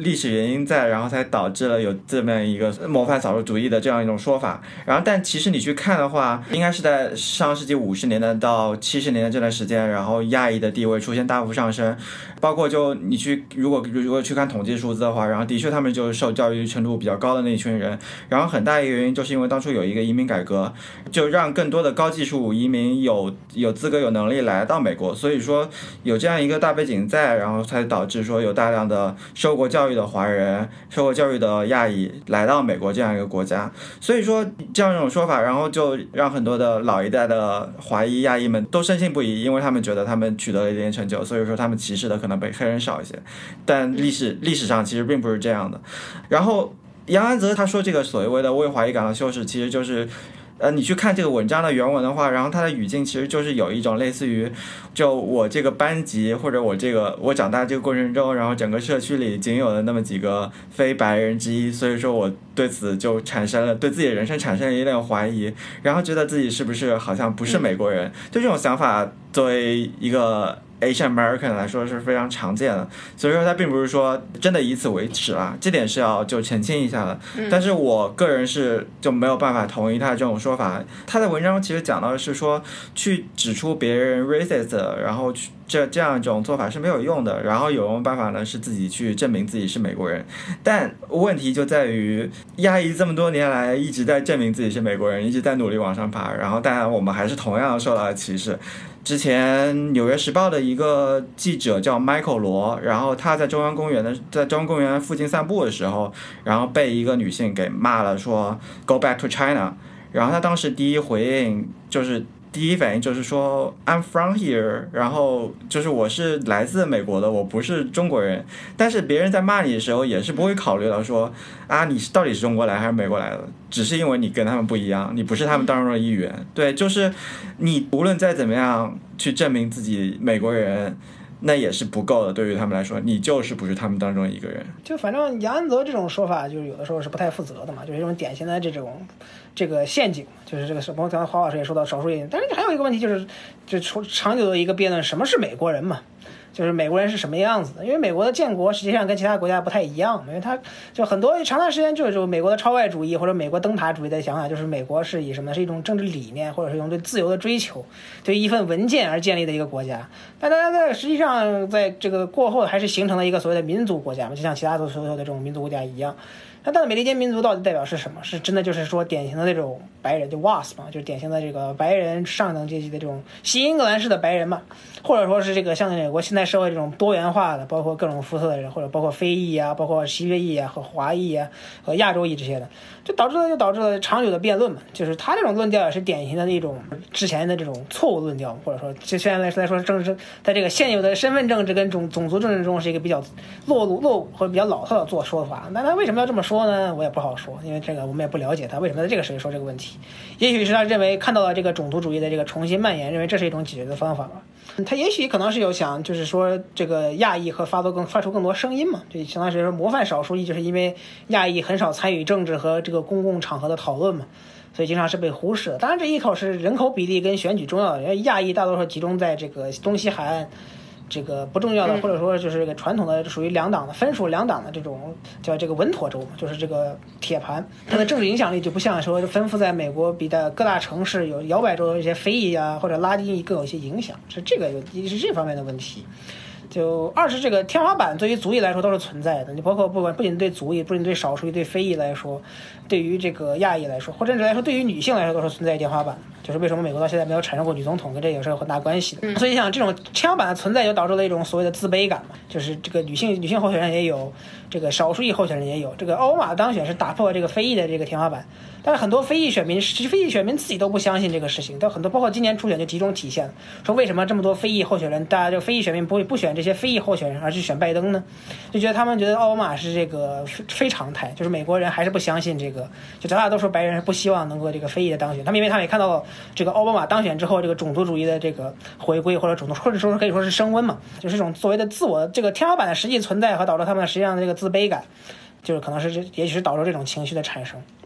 历史原因在，然后才导致了有这么一个模范少数主义的这样一种说法。然后但其实你去看的话，应该是在上世纪50年代到70年代这段时间，然后亚裔的地位出现大幅上升，包括就你去如果去看统计数字的话，然后的确他们就是受教育程度比较高的那一群人。然后很大一个原因就是因为当初有一个移民改革，就让更多的高技术移民有资格有能力来到美国，所以说有这样一个大背景在，然后才导致说有大量的受过教育的华人、受过教育的亚裔来到美国这样一个国家。所以说这样一种说法，然后就让很多的老一代的华裔亚裔们都深信不疑，因为他们觉得他们取得了一点成就，所以说他们歧视的可能比黑人少一些。但历史上其实并不是这样的。然后杨安泽他说这个所谓的为华裔感到羞耻，其实就是你去看这个文章的原文的话，然后它的语境其实就是有一种类似于就我这个班级或者我长大这个过程中，然后整个社区里仅有的那么几个非白人之一，所以说我对此就对自己的人生产生了一点怀疑，然后觉得自己是不是好像不是美国人，就这种想法作为一个Asian American 来说是非常常见的，所以说他并不是说真的以此为耻啦，这点是要就澄清一下的。但是我个人是就没有办法同意他这种说法。他的文章其实讲到的是说，去指出别人 racist， 然后这样一种做法是没有用的。然后有用办法呢是自己去证明自己是美国人。但问题就在于，亚裔这么多年来一直在证明自己是美国人，一直在努力往上爬，然后但我们还是同样受到了歧视。之前《纽约时报》的一个记者叫 Michael 罗，然后他在中央公园附近散步的时候，然后被一个女性给骂了，说 Go back to China。然后他当时第一反应就是说 I'm from here， 然后就是我是来自美国的，我不是中国人。但是别人在骂你的时候也是不会考虑到说你到底是中国来还是美国来的，只是因为你跟他们不一样，你不是他们当中的一员。对，就是你无论再怎么样去证明自己美国人，那也是不够的，对于他们来说你就是不是他们当中的一个人。 就反正杨安泽这种说法就是有的时候是不太负责的嘛，就是这种典型的这个陷阱，就是这个包括刚才华老师也说到少数裔。但是还有一个问题就是长久的一个辩论，什么是美国人嘛，就是美国人是什么样子的。因为美国的建国实际上跟其他国家不太一样，因为它就很多长段时间就是美国的超外主义或者美国灯塔主义的想法，就是美国是以什么，是一种政治理念或者是一种对自由的追求，对一份文件而建立的一个国家。但大家实际上在这个过后还是形成了一个所谓的民族国家嘛，就像其他所有的这种民族国家一样。那到底美利坚民族到底代表是什么？是真的就是说典型的那种白人，就 WASP 嘛，就是典型的这个白人上等阶级的这种新英格兰式的白人嘛，或者说是这个像美国现代社会这种多元化的，包括各种肤色的人，或者包括非裔啊，包括西非裔啊和华裔啊和亚洲裔这些的，就导致了长久的辩论嘛。就是他这种论调也是典型的那种之前的这种错误论调，或者说就现在来说政治在这个现有的身份政治跟种族政治中是一个比较落伍或者比较老套的说法。那他为什么要这么说呢？我也不好说，因为这个我们也不了解他为什么在这个时候说这个问题。也许是他认为看到了这个种族主义的这个重新蔓延，认为这是一种解决的方法吧。他也许可能是有想就是说这个亚裔和发出更多声音嘛，就相当于说模范少数裔，就是因为亚裔很少参与政治和这个公共场合的讨论嘛，所以经常是被忽视的。当然这一口是人口比例跟选举重要的，因为亚裔大多数集中在这个东西海岸这个不重要的，或者说就是这个传统的属于两党的分属两党的这种叫这个稳妥州嘛，就是这个铁盘，它的政治影响力就不像说分布在美国比的各大城市有摇摆州的一些非裔啊或者拉丁裔更有一些影响，是这方面的问题。就二是这个天花板对于族裔来说都是存在的，你包括不仅对族裔，不仅对少数裔，对非裔来说，对于这个亚裔来说，或者来说对于女性来说都是存在天花板。就是为什么美国到现在没有产生过女总统，跟这也是有很大关系的。所以像这种天花板的存在，就导致了一种所谓的自卑感嘛，就是这个女性候选人也有，这个少数裔候选人也有。这个奥巴马当选是打破了这个非裔的这个天花板，但是很多非裔选民自己都不相信这个事情，但很多包括今年初选就集中体现了，说为什么这么多非裔候选人，大家就非裔选民不选这些非裔候选人，而去选拜登呢？就觉得他们觉得奥巴马是这个非常态，就是美国人还是不相信这个，就大多数白人是不希望能够这个非裔的当选，因为他们也看到了这个奥巴马当选之后，这个种族主义的这个回归或者或者说可以说是升温嘛，就是这种所谓的自我这个天花板的实际存在和导致他们实际上的这个自卑感，就是可能是也许是导致这种情绪的产生。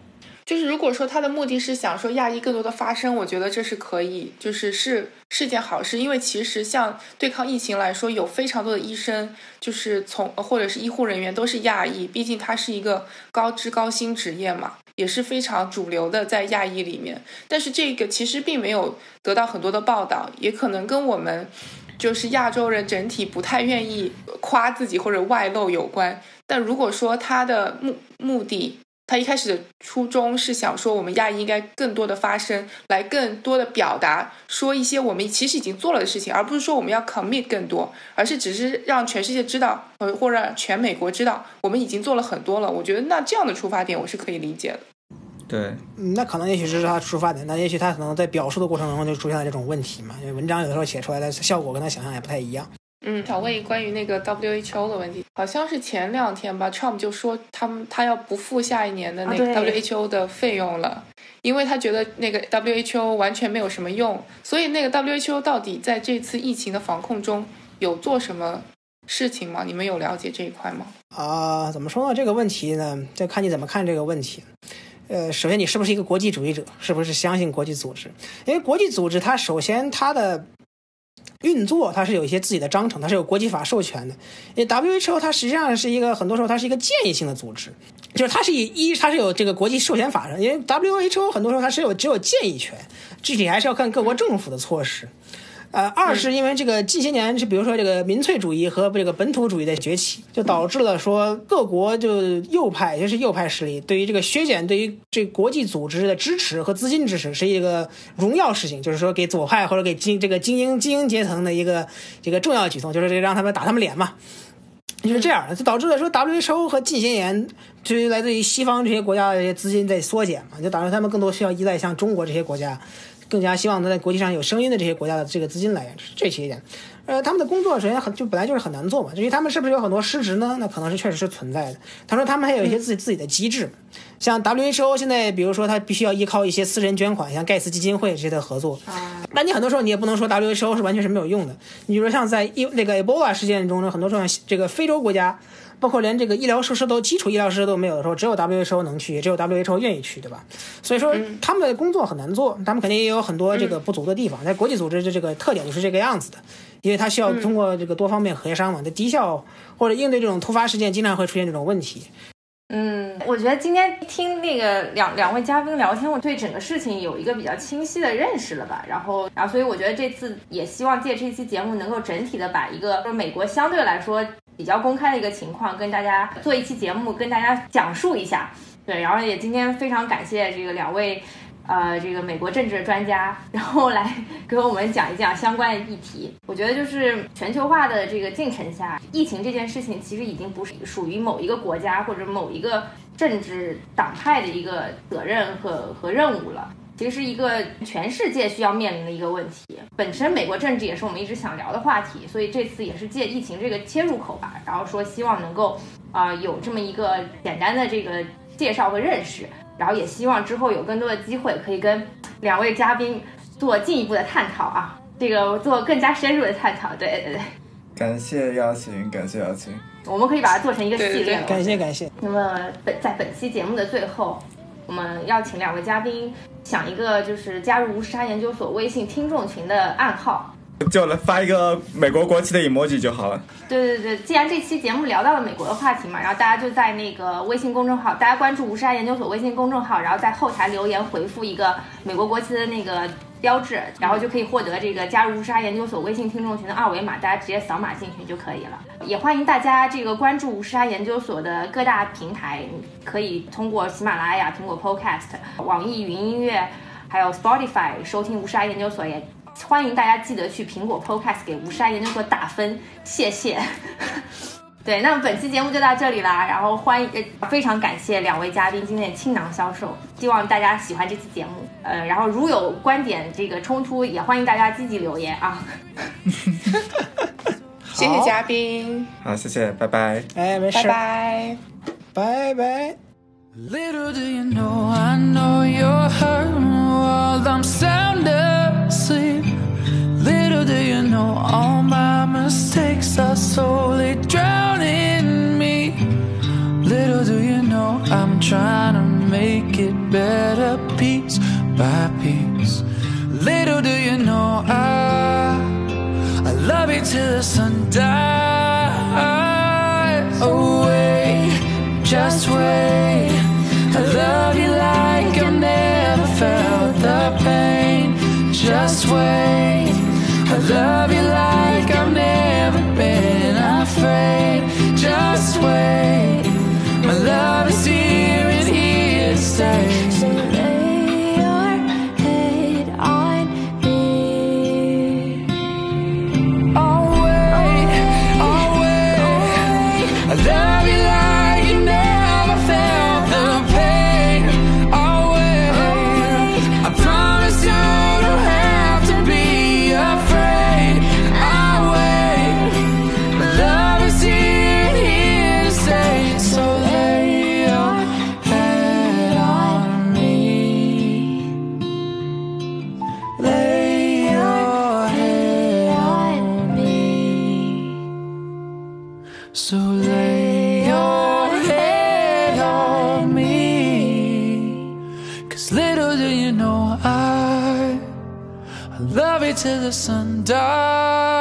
就是如果说他的目的是想说亚裔更多的发声，我觉得这是可以，就是件好事。因为其实像对抗疫情来说，有非常多的医生就是或者是医护人员都是亚裔，毕竟它是一个高知高薪职业嘛，也是非常主流的在亚裔里面。但是这个其实并没有得到很多的报道，也可能跟我们就是亚洲人整体不太愿意夸自己或者外露有关。但如果说他的目的，他一开始的初衷是想说我们亚裔应该更多的发声，来更多的表达，说一些我们其实已经做了的事情，而不是说我们要 commit 更多，而是只是让全世界知道，或者让全美国知道我们已经做了很多了。我觉得那这样的出发点我是可以理解的。 对， 那可能也许是他出发点，那也许他可能在表述的过程中就出现了这种问题嘛，因为文章有的时候写出来的效果跟他想象也不太一样。 想问关于那个 WHO 的问题，好像是前2天吧 Trump 就说他要不付下一年的那个 WHO 的费用了，因为他觉得那个 WHO 完全没有什么用。所以那个 WHO 到底在这次疫情的防控中有做什么事情吗？你们有了解这一块吗？ 怎么说呢？这个问题呢，就看你怎么看这个问题。首先你是不是一个国际主义者，是不是相信国际组织？因为国际组织它首先它的运作它是有一些自己的章程，它是有国际法授权的。因为 WHO 它实际上是一个很多时候它是一个建议性的组织，就是它是它是有这个国际授权法的。因为 WHO 很多时候它是只有建议权，具体还是要看各国政府的措施。二是因为这个近些年是比如说这个民粹主义和这个本土主义的崛起，就导致了说各国就右派势力对于这个削减对于这国际组织的支持和资金支持是一个荣耀事情，就是说给左派或者给这个精英阶层的一个这个重要举动，就是让他们打他们脸嘛。就是这样的，就导致了说 WHO 和近些年就是来自于西方这些国家的这些资金在缩减嘛，就导致他们更多需要依赖像中国这些国家，更加希望在国际上有声音的这些国家的这个资金来源，这些一点。他们的工作首先本来就是很难做嘛，至于他们是不是有很多失职呢？那可能是确实是存在的。他说他们还有一些自己的机制，像 WHO 现在比如说他必须要依靠一些私人捐款，像盖茨基金会这些的合作。那你很多时候你也不能说 WHO 是完全是没有用的。你比如说像在那个 Ebola 事件中呢，很多时候这个非洲国家，包括连这个基础医疗设施都没有的时候，只有 WHO 能去，也只有 WHO 愿意去，对吧？所以说他们的工作很难做，他们肯定也有很多这个不足的地方。在国际组织的这个特点就是这个样子的，因为它需要通过这个多方面协商嘛，在低效或者应对这种突发事件，经常会出现这种问题。 我觉得今天听那个两位嘉宾聊天，我对整个事情有一个比较清晰的认识了吧。然后所以我觉得这次也希望借这期节目能够整体的把一个就是美国相对来说比较公开的一个情况跟大家做一期节目，跟大家讲述一下。对，然后也今天非常感谢这个2位这个美国政治专家，然后来给我们讲一讲相关的议题。我觉得就是全球化的这个进程下，疫情这件事情其实已经不是属于某一个国家或者某一个政治党派的一个责任和任务了，其实是一个全世界需要面临的一个问题。本身美国政治也是我们一直想聊的话题，所以这次也是借疫情这个切入口吧，然后说希望能够有这么一个简单的这个介绍和认识，然后也希望之后有更多的机会可以跟2位嘉宾做进一步的探讨啊，这个做更加深入的探讨。对， 感谢邀请， 我们可以把它做成一个系列了。 感谢。 那么在本期节目的最后，我们要请2位嘉宾想一个就是加入无时差研究所微信听众群的暗号， 就来发一个美国国旗的 emoji 就好了。 对，既然这期节目聊到了美国的话题嘛，然后大家就在那个微信公众号，大家关注无时差研究所微信公众号，然后在后台留言回复一个美国国旗的那个标志，然后就可以获得这个加入无时差研究所微信听众群的2维码，大家直接扫码进群就可以了。也欢迎大家这个关注无时差研究所的各大平台，可以通过喜马拉雅、苹果 Podcast、网易云音乐还有 Spotify 收听无时差研究所，也欢迎大家记得去苹果 Podcast 给无时差研究所打分，谢谢。对，那么本期节目就到这里啦，然后非常感谢2位嘉宾今天的倾囊销售，希望大家喜欢这期节目。然后如有观点这个冲突，也欢迎大家积极留言啊。 谢谢嘉宾， 好，谢谢，拜拜。 没事， 拜拜。 Little do you know, I know you're hurt while I'm sound asleep. Little do you know, all my mistakes are slowly drowning me. Little do you know, I'm trying to make it better. till the sun dies. Oh wait, just wait. I love you like I've never felt the pain. Just wait. I love you like I've never been afraid. Just wait. My love is here and here to stay. So lay your head on me. I'll wait, I'll wait. I love you like you never felt the pain. I'll wait. I promise you don't have to be afraid. I'll wait. My love is here and here to stay. So lay your head on me. Lay your head on me. So lay your head on me. 'Cause little do you know I love you till the sun dies.